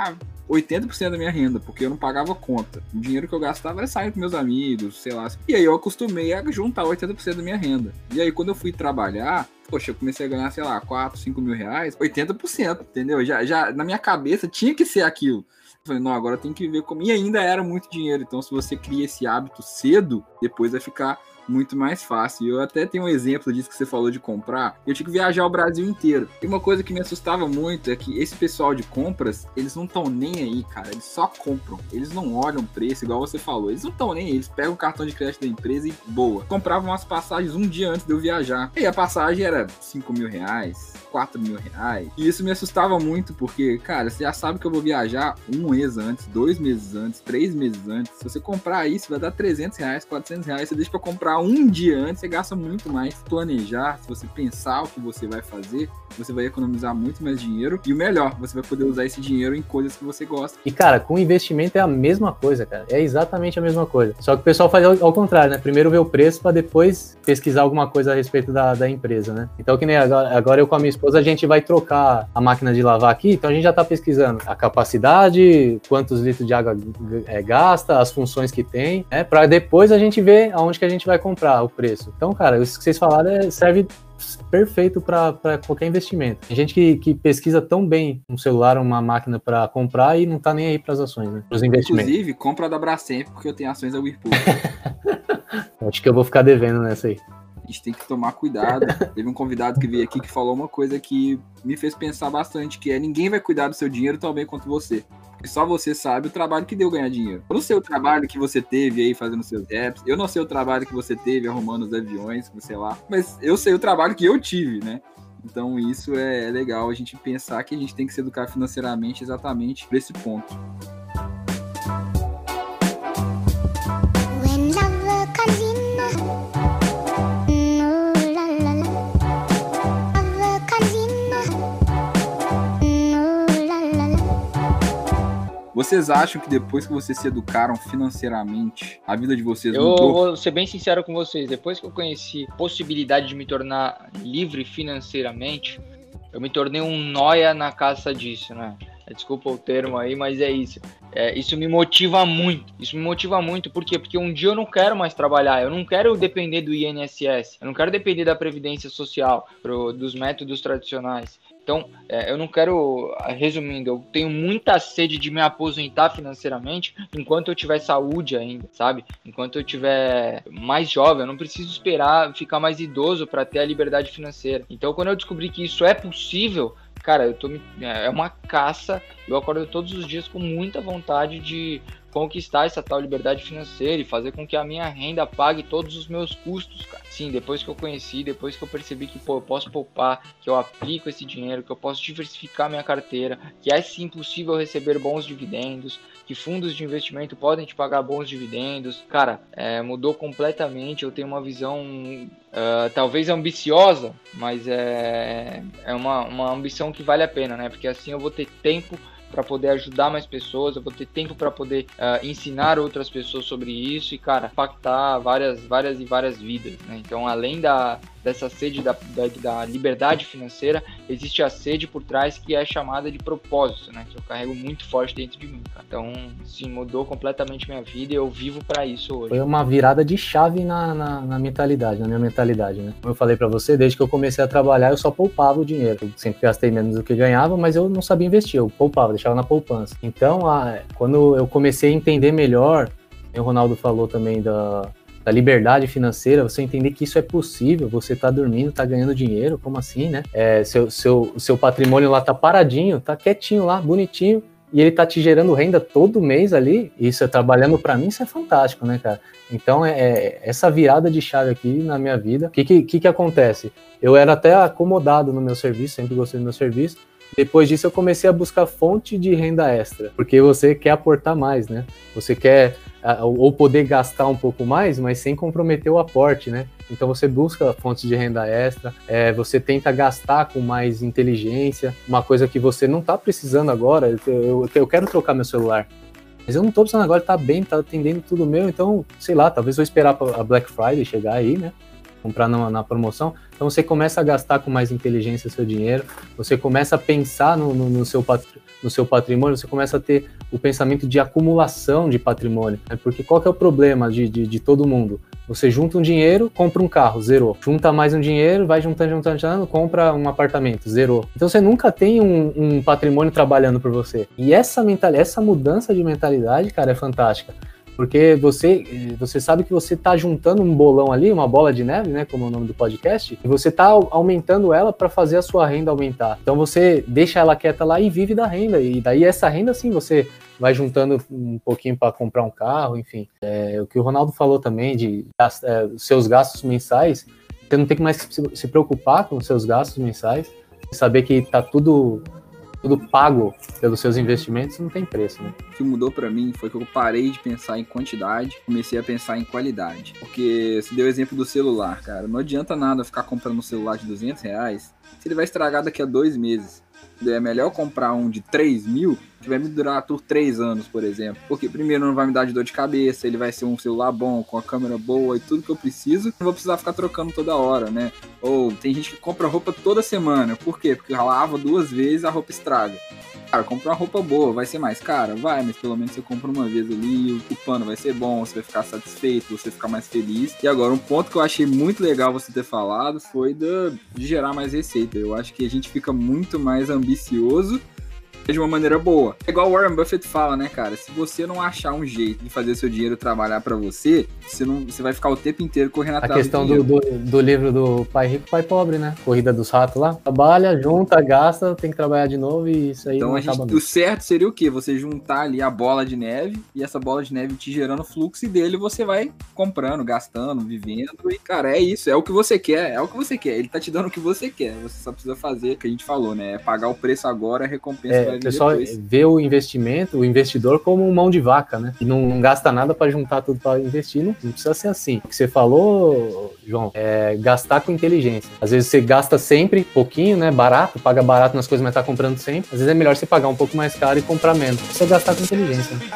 oitenta por cento da minha renda, porque eu não pagava conta. O dinheiro que eu gastava era saindo com meus amigos, sei lá. E aí eu acostumei a juntar oitenta por cento da minha renda. E aí quando eu fui trabalhar, poxa, eu comecei a ganhar, sei lá, quatro, cinco mil reais, oitenta por cento, entendeu? Já, já na minha cabeça tinha que ser aquilo. Eu falei, não, agora tem que ver como... E ainda era muito dinheiro, então se você cria esse hábito cedo, depois vai ficar muito mais fácil. Eu até tenho um exemplo disso que você falou de comprar. Eu tinha que viajar o Brasil inteiro. E uma coisa que me assustava muito é que esse pessoal de compras, eles não estão nem aí, cara. Eles só compram. Eles não olham preço, igual você falou. Eles não estão nem aí. Eles pegam o cartão de crédito da empresa e boa. Compravam as passagens um dia antes de eu viajar. E a passagem era cinco mil reais, quatro mil reais. E isso me assustava muito, porque, cara, você já sabe que eu vou viajar um mês antes, dois meses antes, três meses antes. Se você comprar isso, vai dar trezentos reais, quatrocentos reais. Você deixa pra comprar um dia antes, você gasta muito mais. Planejar, se você pensar o que você vai fazer, você vai economizar muito mais dinheiro. E o melhor, você vai poder usar esse dinheiro em coisas que você gosta. E, cara, com investimento é a mesma coisa, cara. É exatamente a mesma coisa. Só que o pessoal faz ao, ao contrário, né? Primeiro vê o preço pra depois pesquisar alguma coisa a respeito da, da empresa, né? Então, que nem agora, agora eu com a minha esposa, a gente vai trocar a máquina de lavar aqui, então a gente já tá pesquisando a capacidade, quantos litros de água é, gasta, as funções que tem, né? Pra depois a gente ver aonde que a gente vai comprar o preço. Então, cara, isso que vocês falaram é, serve perfeito para qualquer investimento. Tem gente que, que pesquisa tão bem um celular, uma máquina para comprar e não tá nem aí para as ações, né? Os investimentos. Inclusive, compra da Brastemp, porque eu tenho ações da Whirlpool. Acho que eu vou ficar devendo nessa aí. A gente tem que tomar cuidado. Teve um convidado que veio aqui que falou uma coisa que me fez pensar bastante, que é: ninguém vai cuidar do seu dinheiro tão bem quanto você. Porque só você sabe o trabalho que deu ganhar dinheiro. Eu não sei o trabalho que você teve aí fazendo seus apps, eu não sei o trabalho que você teve arrumando os aviões, sei lá, mas eu sei o trabalho que eu tive, né? Então isso é legal, a gente pensar que a gente tem que se educar financeiramente exatamente por esse ponto. Vocês acham que depois que vocês se educaram financeiramente, a vida de vocês eu mudou? Eu vou ser bem sincero com vocês. Depois que eu conheci a possibilidade de me tornar livre financeiramente, eu me tornei um nóia na caça disso, né? Desculpa o termo aí, mas é isso. É, isso me motiva muito. Isso me motiva muito, por quê? Porque um dia eu não quero mais trabalhar, eu não quero depender do I N S S, eu não quero depender da Previdência Social, pro, dos métodos tradicionais. Então, é, eu não quero, resumindo, eu tenho muita sede de me aposentar financeiramente enquanto eu tiver saúde ainda, sabe? Enquanto eu tiver mais jovem, eu não preciso esperar ficar mais idoso para ter a liberdade financeira. Então, quando eu descobri que isso é possível, cara, eu tô me, é uma caça, eu acordo todos os dias com muita vontade de conquistar essa tal liberdade financeira e fazer com que a minha renda pague todos os meus custos, cara. Sim, depois que eu conheci, depois que eu percebi que, pô, eu posso poupar, que eu aplico esse dinheiro, que eu posso diversificar minha carteira, que é sim possível receber bons dividendos, que fundos de investimento podem te pagar bons dividendos. Cara, é, mudou completamente, eu tenho uma visão uh, talvez ambiciosa, mas é, é uma, uma ambição que vale a pena, né? Porque assim eu vou ter tempo para poder ajudar mais pessoas, eu vou ter tempo para poder uh, ensinar outras pessoas sobre isso e, cara, impactar várias, várias e várias vidas, né? Então, além da, dessa sede da, da, da liberdade financeira, existe a sede por trás que é chamada de propósito, né? Que eu carrego muito forte dentro de mim, cara. Então, sim, mudou completamente minha vida e eu vivo para isso hoje. Foi uma virada de chave na, na, na mentalidade, na minha mentalidade, né? Como eu falei para você, desde que eu comecei a trabalhar, eu só poupava o dinheiro. Eu sempre gastei menos do que ganhava, mas eu não sabia investir, eu poupava, deixava na poupança. Então, a, quando eu comecei a entender melhor, o Ronaldo falou também da, da liberdade financeira, você entender que isso é possível, você tá dormindo, tá ganhando dinheiro, como assim, né? É, seu, seu, seu patrimônio lá tá paradinho, tá quietinho lá, bonitinho, e ele tá te gerando renda todo mês ali, e isso é trabalhando para mim, isso é fantástico, né, cara? Então, é, é essa virada de chave aqui na minha vida, o que, que que acontece? Eu era até acomodado no meu serviço, sempre gostei do meu serviço. Depois disso eu comecei a buscar fonte de renda extra, porque você quer aportar mais, né? Você quer ou poder gastar um pouco mais, mas sem comprometer o aporte, né? Então você busca fontes de renda extra, é, você tenta gastar com mais inteligência, uma coisa que você não tá precisando agora. Eu, eu, eu quero trocar meu celular, mas eu não tô precisando agora, tá bem, tá atendendo tudo meu, então, sei lá, talvez vou esperar a Black Friday chegar aí, né? comprar na, na promoção. Então você começa a gastar com mais inteligência o seu dinheiro, você começa a pensar no, no, no, seu, no seu patrimônio, você começa a ter o pensamento de acumulação de patrimônio, né? Porque qual que é o problema de, de, de todo mundo? Você junta um dinheiro, compra um carro, zerou. Junta mais um dinheiro, vai juntando, juntando, juntando, compra um apartamento, zerou. Então você nunca tem um, um patrimônio trabalhando por você. E essa, mental, essa mudança de mentalidade, cara, é fantástica. Porque você, você sabe que você está juntando um bolão ali, uma bola de neve, né, como é o nome do podcast, e você está aumentando ela para fazer a sua renda aumentar. Então você deixa ela quieta lá e vive da renda. E daí essa renda, sim, você vai juntando um pouquinho para comprar um carro, enfim. É, o que o Ronaldo falou também de é, seus gastos mensais, você não tem que mais se, se preocupar com os seus gastos mensais, saber que está tudo... tudo pago pelos seus investimentos, não tem preço, né? O que mudou pra mim foi que eu parei de pensar em quantidade, comecei a pensar em qualidade. Porque você deu o exemplo do celular, cara. Não adianta nada ficar comprando um celular de duzentos reais se ele vai estragar daqui a dois meses. É melhor comprar um de três mil que vai me durar por três anos, por exemplo. Porque primeiro não vai me dar de dor de cabeça, ele vai ser um celular bom, com a câmera boa e tudo que eu preciso. Não vou precisar ficar trocando toda hora, né? Ou tem gente que compra roupa toda semana. Por quê? Porque lava duas vezes e a roupa estraga. Cara, compra uma roupa boa, vai ser mais cara? Vai, mas pelo menos você compra uma vez ali, o pano vai ser bom, você vai ficar satisfeito, você vai ficar mais feliz. E agora, um ponto que eu achei muito legal você ter falado foi de, de gerar mais receita. Eu acho que a gente fica muito mais ambicioso de uma maneira boa. É igual o Warren Buffett fala, né, cara? Se você não achar um jeito de fazer seu dinheiro trabalhar pra você, você, não, você vai ficar o tempo inteiro correndo atrás do dinheiro. A questão do, do, do livro do Pai Rico, Pai Pobre, né? Corrida dos Ratos lá. Trabalha, junta, gasta, tem que trabalhar de novo e isso aí então, não a gente, acaba o certo seria o quê? Você juntar ali a bola de neve e essa bola de neve te gerando fluxo e dele você vai comprando, gastando, vivendo e, cara, é isso. É o que você quer, é o que você quer. Ele tá te dando o que você quer. Você só precisa fazer o que a gente falou, né? É pagar o preço agora, a recompensa é, vai vir pessoal, depois. Vê o investimento, o investidor como mão de vaca, né? E não, não gasta nada para juntar tudo para investir, não, não precisa ser assim. O que você falou, João, é gastar com inteligência. Às vezes você gasta sempre pouquinho, né? Barato, paga barato nas coisas, mas tá comprando sempre. Às vezes é melhor você pagar um pouco mais caro e comprar menos. Precisa gastar com inteligência, né?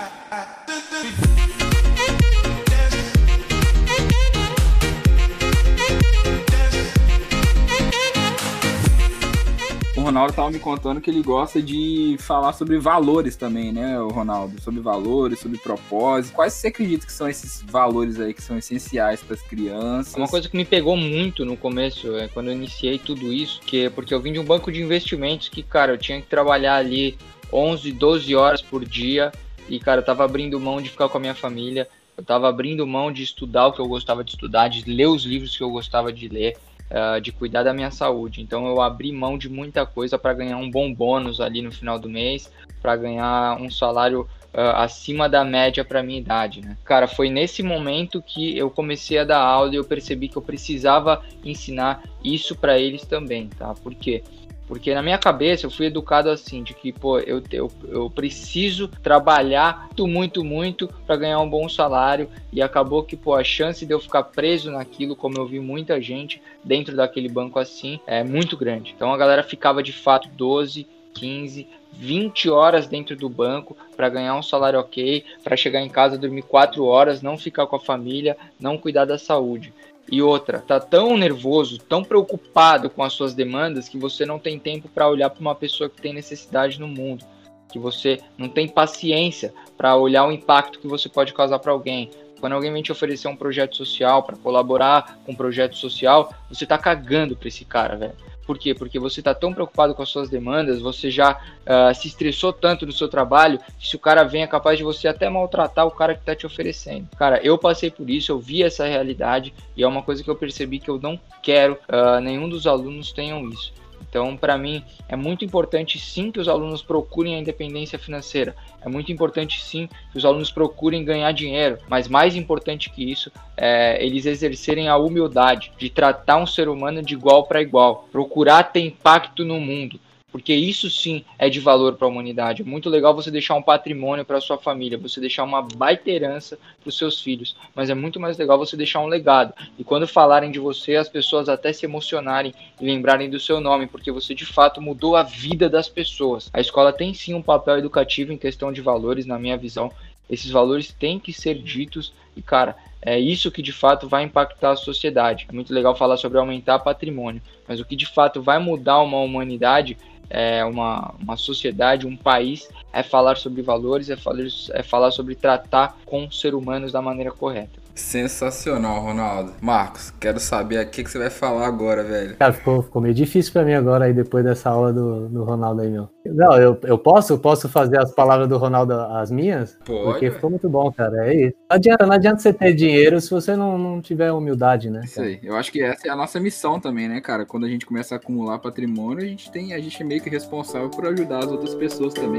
O Ronaldo tava me contando que ele gosta de falar sobre valores também, né, o Ronaldo? Sobre valores, sobre propósito. Quais você acredita que são esses valores aí que são essenciais para as crianças? Uma coisa que me pegou muito no começo, é quando eu iniciei tudo isso, que é porque eu vim de um banco de investimentos que, cara, eu tinha que trabalhar ali onze, doze horas por dia e, cara, eu tava abrindo mão de ficar com a minha família, eu tava abrindo mão de estudar o que eu gostava de estudar, de ler os livros que eu gostava de ler, Uh, de cuidar da minha saúde. Então eu abri mão de muita coisa para ganhar um bom bônus ali no final do mês, para ganhar um salário uh, acima da média para minha idade, né? Cara, foi nesse momento que eu comecei a dar aula e eu percebi que eu precisava ensinar isso para eles também, tá? Por quê? Porque na minha cabeça eu fui educado assim, de que, pô, eu, eu, eu preciso trabalhar muito, muito, muito para ganhar um bom salário, e acabou que, pô, a chance de eu ficar preso naquilo, como eu vi muita gente dentro daquele banco assim, é muito grande. Então a galera ficava de fato doze, quinze, vinte horas dentro do banco para ganhar um salário ok, para chegar em casa, dormir quatro horas, não ficar com a família, não cuidar da saúde. E outra, tá tão nervoso, tão preocupado com as suas demandas que você não tem tempo para olhar para uma pessoa que tem necessidade no mundo, que você não tem paciência para olhar o impacto que você pode causar para alguém. Quando alguém vem te oferecer um projeto social, para colaborar com um projeto social, você tá cagando para esse cara, velho. Por quê? Porque você tá tão preocupado com as suas demandas, você já uh, se estressou tanto no seu trabalho, que se o cara vem é capaz de você até maltratar o cara que tá te oferecendo. Cara, eu passei por isso, eu vi essa realidade, e é uma coisa que eu percebi que eu não quero uh, nenhum dos alunos tenham isso. Então, para mim, é muito importante sim que os alunos procurem a independência financeira. É muito importante sim que os alunos procurem ganhar dinheiro. Mas mais importante que isso, é eles exercerem a humildade de tratar um ser humano de igual para igual. Procurar ter impacto no mundo. Porque isso sim é de valor para a humanidade. É muito legal você deixar um patrimônio para sua família, você deixar uma baita herança para os seus filhos, mas é muito mais legal você deixar um legado. E quando falarem de você, as pessoas até se emocionarem e lembrarem do seu nome, porque você de fato mudou a vida das pessoas. A escola tem sim um papel educativo em questão de valores, na minha visão. Esses valores têm que ser ditos e, cara, é isso que de fato vai impactar a sociedade. É muito legal falar sobre aumentar patrimônio, mas o que de fato vai mudar uma humanidade, é uma, uma sociedade, um país, é falar sobre valores, é falar, é falar sobre tratar com os seres humanos da maneira correta. Sensacional, Ronaldo. Marcos, quero saber o que, que você vai falar agora, velho. Cara, ficou, ficou meio difícil pra mim agora aí, depois dessa aula do, do Ronaldo aí, meu. Não, eu, eu posso, posso fazer as palavras do Ronaldo as minhas? Pode. Porque ficou muito bom, cara, é isso. Não adianta, não adianta você ter dinheiro se você não, não tiver humildade, né? Isso aí. Eu acho que essa é a nossa missão também, né, cara? Quando a gente começa a acumular patrimônio, a gente tem, a gente é meio que responsável por ajudar as outras pessoas também.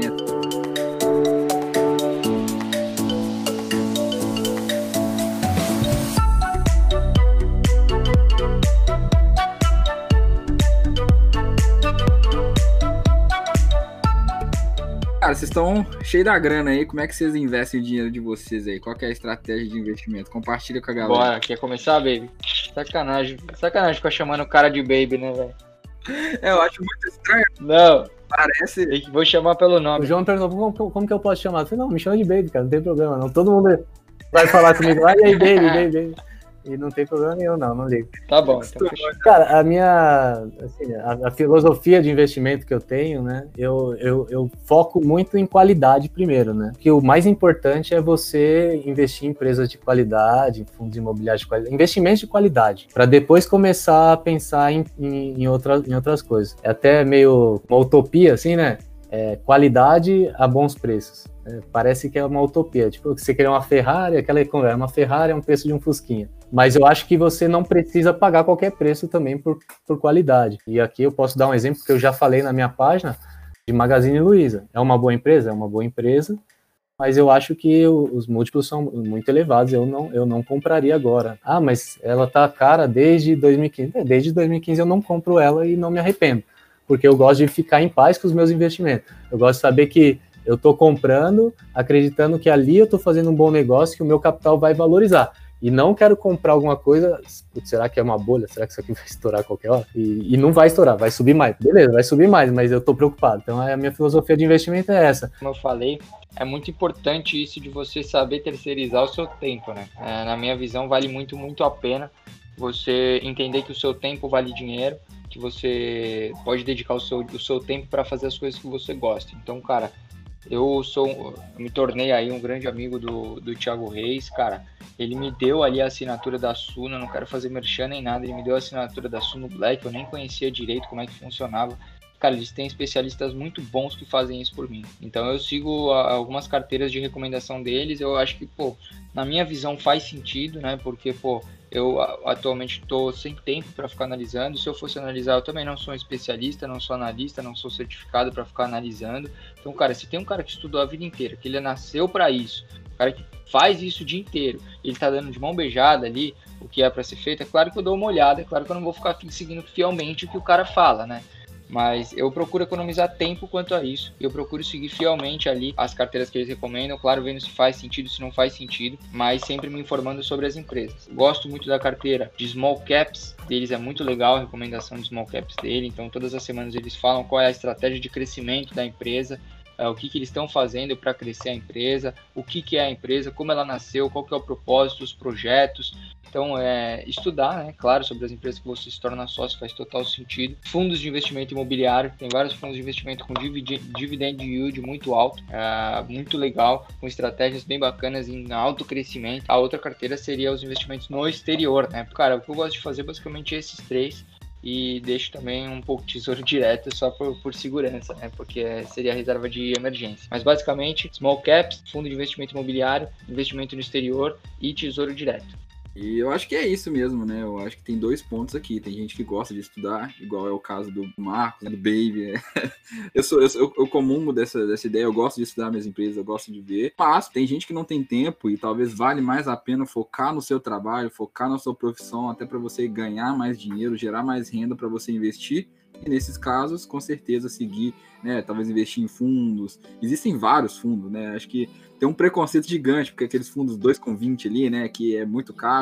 Cara, vocês estão cheios da grana aí, como é que vocês investem o dinheiro de vocês aí? Qual que é a estratégia de investimento? Compartilha com a galera. Bora, quer começar, baby? Sacanagem. Sacanagem ficar chamando o cara de baby, né, velho? É, eu acho muito estranho. Não. Parece. Vou chamar pelo nome. O João perguntou como, como que eu posso chamar? Eu falei, não, me chama de baby, cara, não tem problema não. Todo mundo vai falar comigo, ah, e aí, baby, baby, baby. E não tem problema nenhum, não, não ligo. Tá bom, então fechou. Cara, a minha, assim, a, a filosofia de investimento que eu tenho, né, eu, eu, eu foco muito em qualidade primeiro, né, que o mais importante é você investir em empresas de qualidade, em fundos imobiliários de qualidade, investimentos de qualidade, para depois começar a pensar em, em, em, outra, em outras coisas. É até meio uma utopia, assim, né, é, qualidade a bons preços. É, parece que é uma utopia, tipo, você querer uma Ferrari, aquela conversa, uma Ferrari é um preço de um Fusquinha. Mas eu acho que você não precisa pagar qualquer preço também por, por qualidade. E aqui eu posso dar um exemplo que eu já falei na minha página de Magazine Luiza. É uma boa empresa? É uma boa empresa, mas eu acho que os múltiplos são muito elevados, eu não, eu não compraria agora. Ah, mas ela tá cara desde dois mil e quinze. É, desde dois mil e quinze eu não compro ela e não me arrependo, porque eu gosto de ficar em paz com os meus investimentos. Eu gosto de saber que eu estou comprando, acreditando que ali eu estou fazendo um bom negócio, que o meu capital vai valorizar. E não quero comprar alguma coisa, será que é uma bolha? Será que isso aqui vai estourar a qualquer hora? E, e não vai estourar, vai subir mais. Beleza, vai subir mais, mas eu estou preocupado. Então a minha filosofia de investimento é essa. Como eu falei, é muito importante isso de você saber terceirizar o seu tempo, né? É, na minha visão, vale muito, muito a pena você entender que o seu tempo vale dinheiro, que você pode dedicar o seu, o seu tempo para fazer as coisas que você gosta. Então, cara, eu sou, eu me tornei aí um grande amigo do, do Thiago Reis, cara. Ele me deu ali a assinatura da Suno, não quero fazer merchan nem nada, ele me deu a assinatura da Suno Black, eu nem conhecia direito como é que funcionava. Cara, eles têm especialistas muito bons que fazem isso por mim. Então eu sigo a, algumas carteiras de recomendação deles, eu acho que, pô, na minha visão faz sentido, né? Porque, pô, eu atualmente estou sem tempo para ficar analisando. Se eu fosse analisar, eu também não sou um especialista, não sou analista, não sou certificado para ficar analisando. Então, cara, se tem um cara que estudou a vida inteira, que ele nasceu para isso, um cara que faz isso o dia inteiro, ele tá dando de mão beijada ali o que é para ser feito, é claro que eu dou uma olhada, é claro que eu não vou ficar seguindo fielmente o que o cara fala, né? Mas eu procuro economizar tempo quanto a isso. Eu procuro seguir fielmente ali as carteiras que eles recomendam, claro, vendo se faz sentido, se não faz sentido, mas sempre me informando sobre as empresas. Gosto muito da carteira de Small Caps deles, é muito legal a recomendação de Small Caps dele, então todas as semanas eles falam qual é a estratégia de crescimento da empresa, é, o que, que eles estão fazendo para crescer a empresa, o que, que é a empresa, como ela nasceu, qual que é o propósito, os projetos. Então, é, estudar, né, claro, sobre as empresas que você se torna sócio faz total sentido. Fundos de investimento imobiliário, tem vários fundos de investimento com dividend yield muito alto, é, muito legal, com estratégias bem bacanas em alto crescimento. A outra carteira seria os investimentos no exterior, né? Cara, o que eu gosto de fazer basicamente é esses três. E deixo também um pouco de tesouro direto só por, por segurança, né? Porque seria a reserva de emergência. Mas basicamente, small caps, fundo de investimento imobiliário, investimento no exterior e tesouro direto. E eu acho que é isso mesmo, né? Eu acho que tem dois pontos aqui. Tem gente que gosta de estudar, igual é o caso do Marcos, né? Do Baby. Né? Eu, sou, eu, sou, eu comungo dessa, dessa ideia, eu gosto de estudar minhas empresas, eu gosto de ver. Mas tem gente que não tem tempo e talvez vale mais a pena focar no seu trabalho, focar na sua profissão, até para você ganhar mais dinheiro, gerar mais renda para você investir. E nesses casos, com certeza, seguir, né? Talvez investir em fundos. Existem vários fundos, né? Acho que tem um preconceito gigante, porque aqueles fundos dois com vinte ali, né? Que é muito caro.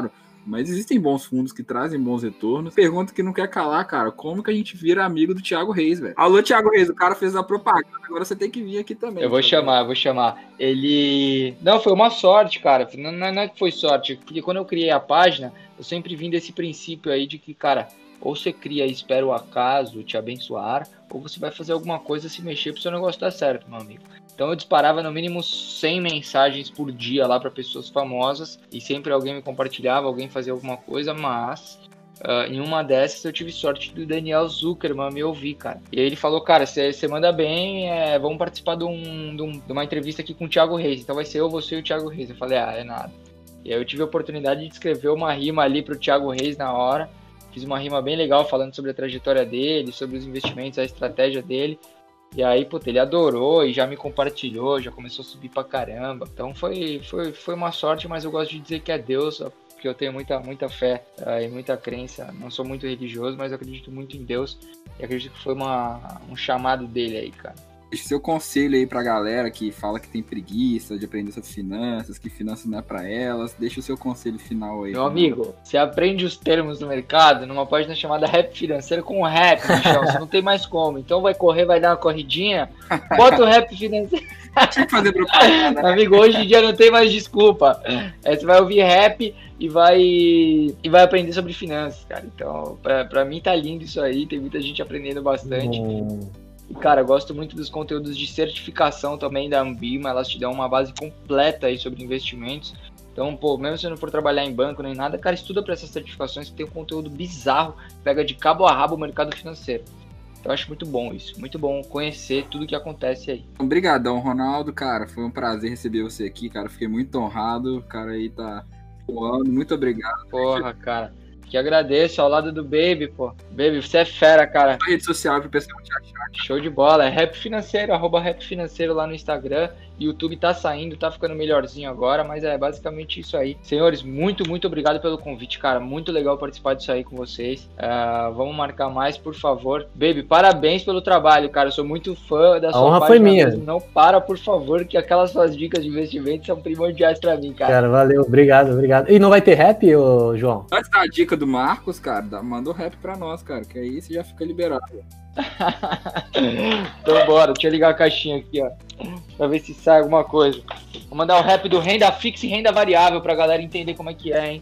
mas existem bons fundos que trazem bons retornos. Pergunta que não quer calar, cara, como que a gente vira amigo do Thiago Reis, velho? Alô, Thiago Reis, o cara fez a propaganda, agora você tem que vir aqui também. Eu vou cara. chamar, eu vou chamar. Ele... Não, foi uma sorte, cara, não, não é que foi sorte, porque quando eu criei a página, eu sempre vim desse princípio aí de que, cara, ou você cria e espera o acaso te abençoar, ou você vai fazer alguma coisa se mexer pro seu negócio dar certo, meu amigo. Então eu disparava no mínimo cem mensagens por dia lá para pessoas famosas e sempre alguém me compartilhava, alguém fazia alguma coisa, mas uh, em uma dessas eu tive sorte do Daniel Zuckerman me ouvir, cara. E aí ele falou, cara, você manda bem, é, vamos participar de, um, de, um, de uma entrevista aqui com o Thiago Reis, então vai ser eu, você e o Thiago Reis. Eu falei, ah, é nada. E aí eu tive a oportunidade de escrever uma rima ali pro Thiago Reis na hora, fiz uma rima bem legal falando sobre a trajetória dele, sobre os investimentos, a estratégia dele. E aí, puta, ele adorou e já me compartilhou, já começou a subir pra caramba. Então foi, foi, foi uma sorte, mas eu gosto de dizer que é Deus, porque eu tenho muita, muita fé uh, e muita crença. Não sou muito religioso, mas eu acredito muito em Deus. E acredito que foi uma, um chamado dele aí, cara. Deixa seu conselho aí pra galera que fala que tem preguiça de aprender sobre finanças, que finanças não é pra elas. Deixa o seu conselho final aí. Meu amigo, você aprende os termos do mercado numa página chamada Rap Financeiro com o Rap, Michel. Você não tem mais como. Então vai correr, vai dar uma corridinha, bota o Rap Financeiro. Tinha que fazer propaganda, né? Amigo, hoje em dia não tem mais desculpa. É, você vai ouvir rap e vai, e vai aprender sobre finanças, cara. Então, pra, pra mim tá lindo isso aí. Tem muita gente aprendendo bastante. Hum. E, cara, eu gosto muito dos conteúdos de certificação também da Ambima, elas te dão uma base completa aí sobre investimentos. Então, pô, mesmo se você não for trabalhar em banco nem nada, cara, estuda para essas certificações que tem um conteúdo bizarro, pega de cabo a rabo o mercado financeiro. Então, eu acho muito bom isso, muito bom conhecer tudo que acontece aí. Obrigadão, Ronaldo, cara, foi um prazer receber você aqui, cara, fiquei muito honrado, o cara aí tá voando, muito obrigado. Porra, cara. Que agradeço, ao lado do Baby, pô. Baby, você é fera, cara. A rede social pro pessoal te achar. Show de bola. É Rap Financeiro, arroba Rap Financeiro lá no Instagram. YouTube tá saindo, tá ficando melhorzinho agora, mas é basicamente isso aí. Senhores, muito, muito obrigado pelo convite, cara. Muito legal participar disso aí com vocês. Uh, vamos marcar mais, por favor. Baby, parabéns pelo trabalho, cara. Eu sou muito fã da sua página. A honra foi minha. Mesmo. Não para, por favor, que aquelas suas dicas de investimento são primordiais pra mim, cara. Cara, valeu. Obrigado, obrigado. E não vai ter rap, ô, João? Antes da dica do Marcos, cara, manda o rap pra nós, cara, que aí você já fica liberado. Então bora, deixa eu ligar a caixinha aqui, ó, pra ver se sai alguma coisa. Vou mandar o rap do renda fixa e renda variável pra galera entender como é que é, hein.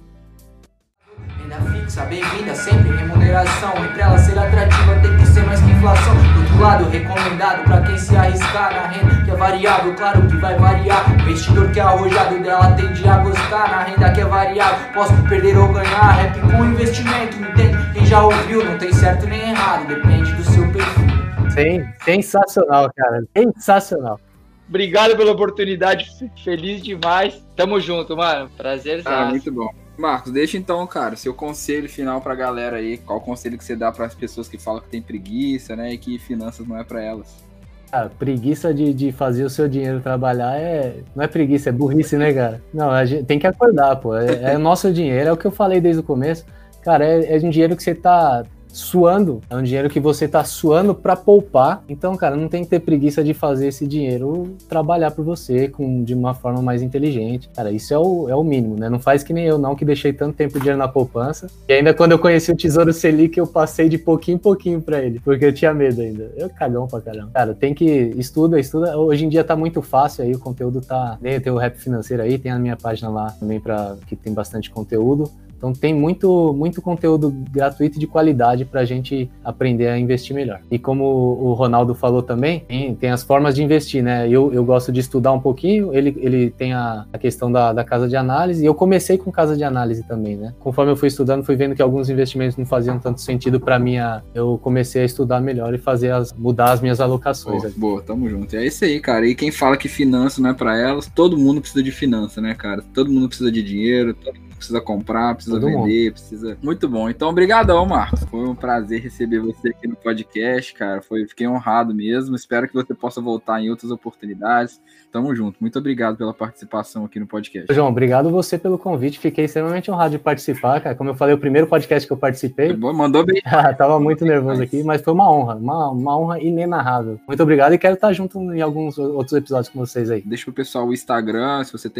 Renda fixa, bem-vinda, sempre remuneração. E pra ela ser atrativa tem que ser mais que inflação. Do outro lado, recomendado pra quem se arriscar na renda que é variável, claro que vai variar. O investidor que é arrojado dela tende a gostar. Na renda que é variável, posso perder ou ganhar. Rap com investimento, entende? Quem já ouviu, não tem certo nem errado, depende do seu perfil. Sim, sensacional, cara, sensacional. Obrigado pela oportunidade, feliz demais. Tamo junto, mano, prazer. Ah, muito bom. Marcos, deixa então, cara, seu conselho final pra galera aí. Qual o conselho que você dá para as pessoas que falam que tem preguiça, né, e que finanças não é pra elas? Ah, preguiça de, de fazer o seu dinheiro trabalhar é... não é preguiça, é burrice, né, cara? Não, a gente tem que acordar, pô. É, é o nosso dinheiro, é o que eu falei desde o começo. Cara, é, é um dinheiro que você tá suando, é um dinheiro que você tá suando pra poupar. Então, cara, não tem que ter preguiça de fazer esse dinheiro trabalhar por você com, de uma forma mais inteligente. Cara, isso é o, é o mínimo, né? Não faz que nem eu não, que deixei tanto tempo dinheiro na poupança. E ainda quando eu conheci o Tesouro Selic, eu passei de pouquinho em pouquinho pra ele, porque eu tinha medo ainda. Eu cagão pra caramba. Cara, tem que... Estuda, estuda. Hoje em dia tá muito fácil aí, o conteúdo tá... Tem o Rap Financeiro aí, tem a minha página lá também pra, que tem bastante conteúdo. Então tem muito, muito conteúdo gratuito e de qualidade para a gente aprender a investir melhor. E como o Ronaldo falou também, tem, tem as formas de investir, né? Eu, eu gosto de estudar um pouquinho, ele, ele tem a, a questão da, da casa de análise, e eu comecei com casa de análise também, né? Conforme eu fui estudando, fui vendo que alguns investimentos não faziam tanto sentido para mim, eu comecei a estudar melhor e fazer as, mudar as minhas alocações. Boa, boa, tamo junto. É isso aí, cara. E quem fala que finança não é para elas, todo mundo precisa de finança, né, cara? Todo mundo precisa de dinheiro, todo mundo precisa comprar, precisa Todo vender, mundo. precisa... Muito bom. Então, obrigadão, Marcos. Foi um prazer receber você aqui no podcast, cara. Foi, fiquei honrado mesmo. Espero que você possa voltar em outras oportunidades. Tamo junto. Muito obrigado pela participação aqui no podcast. João, obrigado você pelo convite. Fiquei extremamente honrado de participar, cara. Como eu falei, o primeiro podcast que eu participei... Bom, mandou bem. Tava muito nervoso aqui, mas foi uma honra. Uma, uma honra inenarrável. Muito obrigado e quero estar junto em alguns outros episódios com vocês aí. Deixa pro pessoal o Instagram, se você tem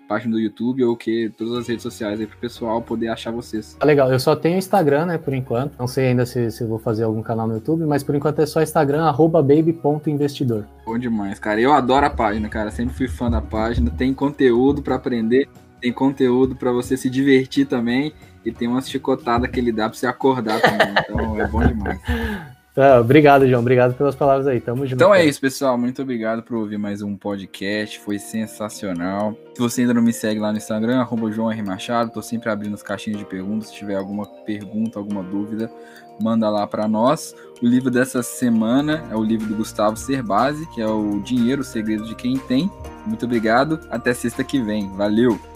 página do YouTube ou que todas as redes sociais aí pro pessoal poder achar vocês. Tá legal, eu só tenho Instagram, né, por enquanto. Não sei ainda se, se eu vou fazer algum canal no YouTube, mas por enquanto é só Instagram, arroba baby ponto investidor. Bom demais, cara. Eu adoro a página, cara. Sempre fui fã da página. Tem conteúdo pra aprender, tem conteúdo pra você se divertir também e tem uma chicotada que ele dá pra você acordar também. Então é bom demais. Tá, obrigado, João. Obrigado pelas palavras aí. Tamo junto. Então é isso, pessoal. Muito obrigado por ouvir mais um podcast. Foi sensacional. Se você ainda não me segue lá no Instagram, arroba João R. Machado. Tô sempre abrindo as caixinhas de perguntas. Se tiver alguma pergunta, alguma dúvida, manda lá para nós. O livro dessa semana é o livro do Gustavo Cerbasi, que é o Dinheiro, o Segredo de Quem Tem. Muito obrigado. Até sexta que vem. Valeu!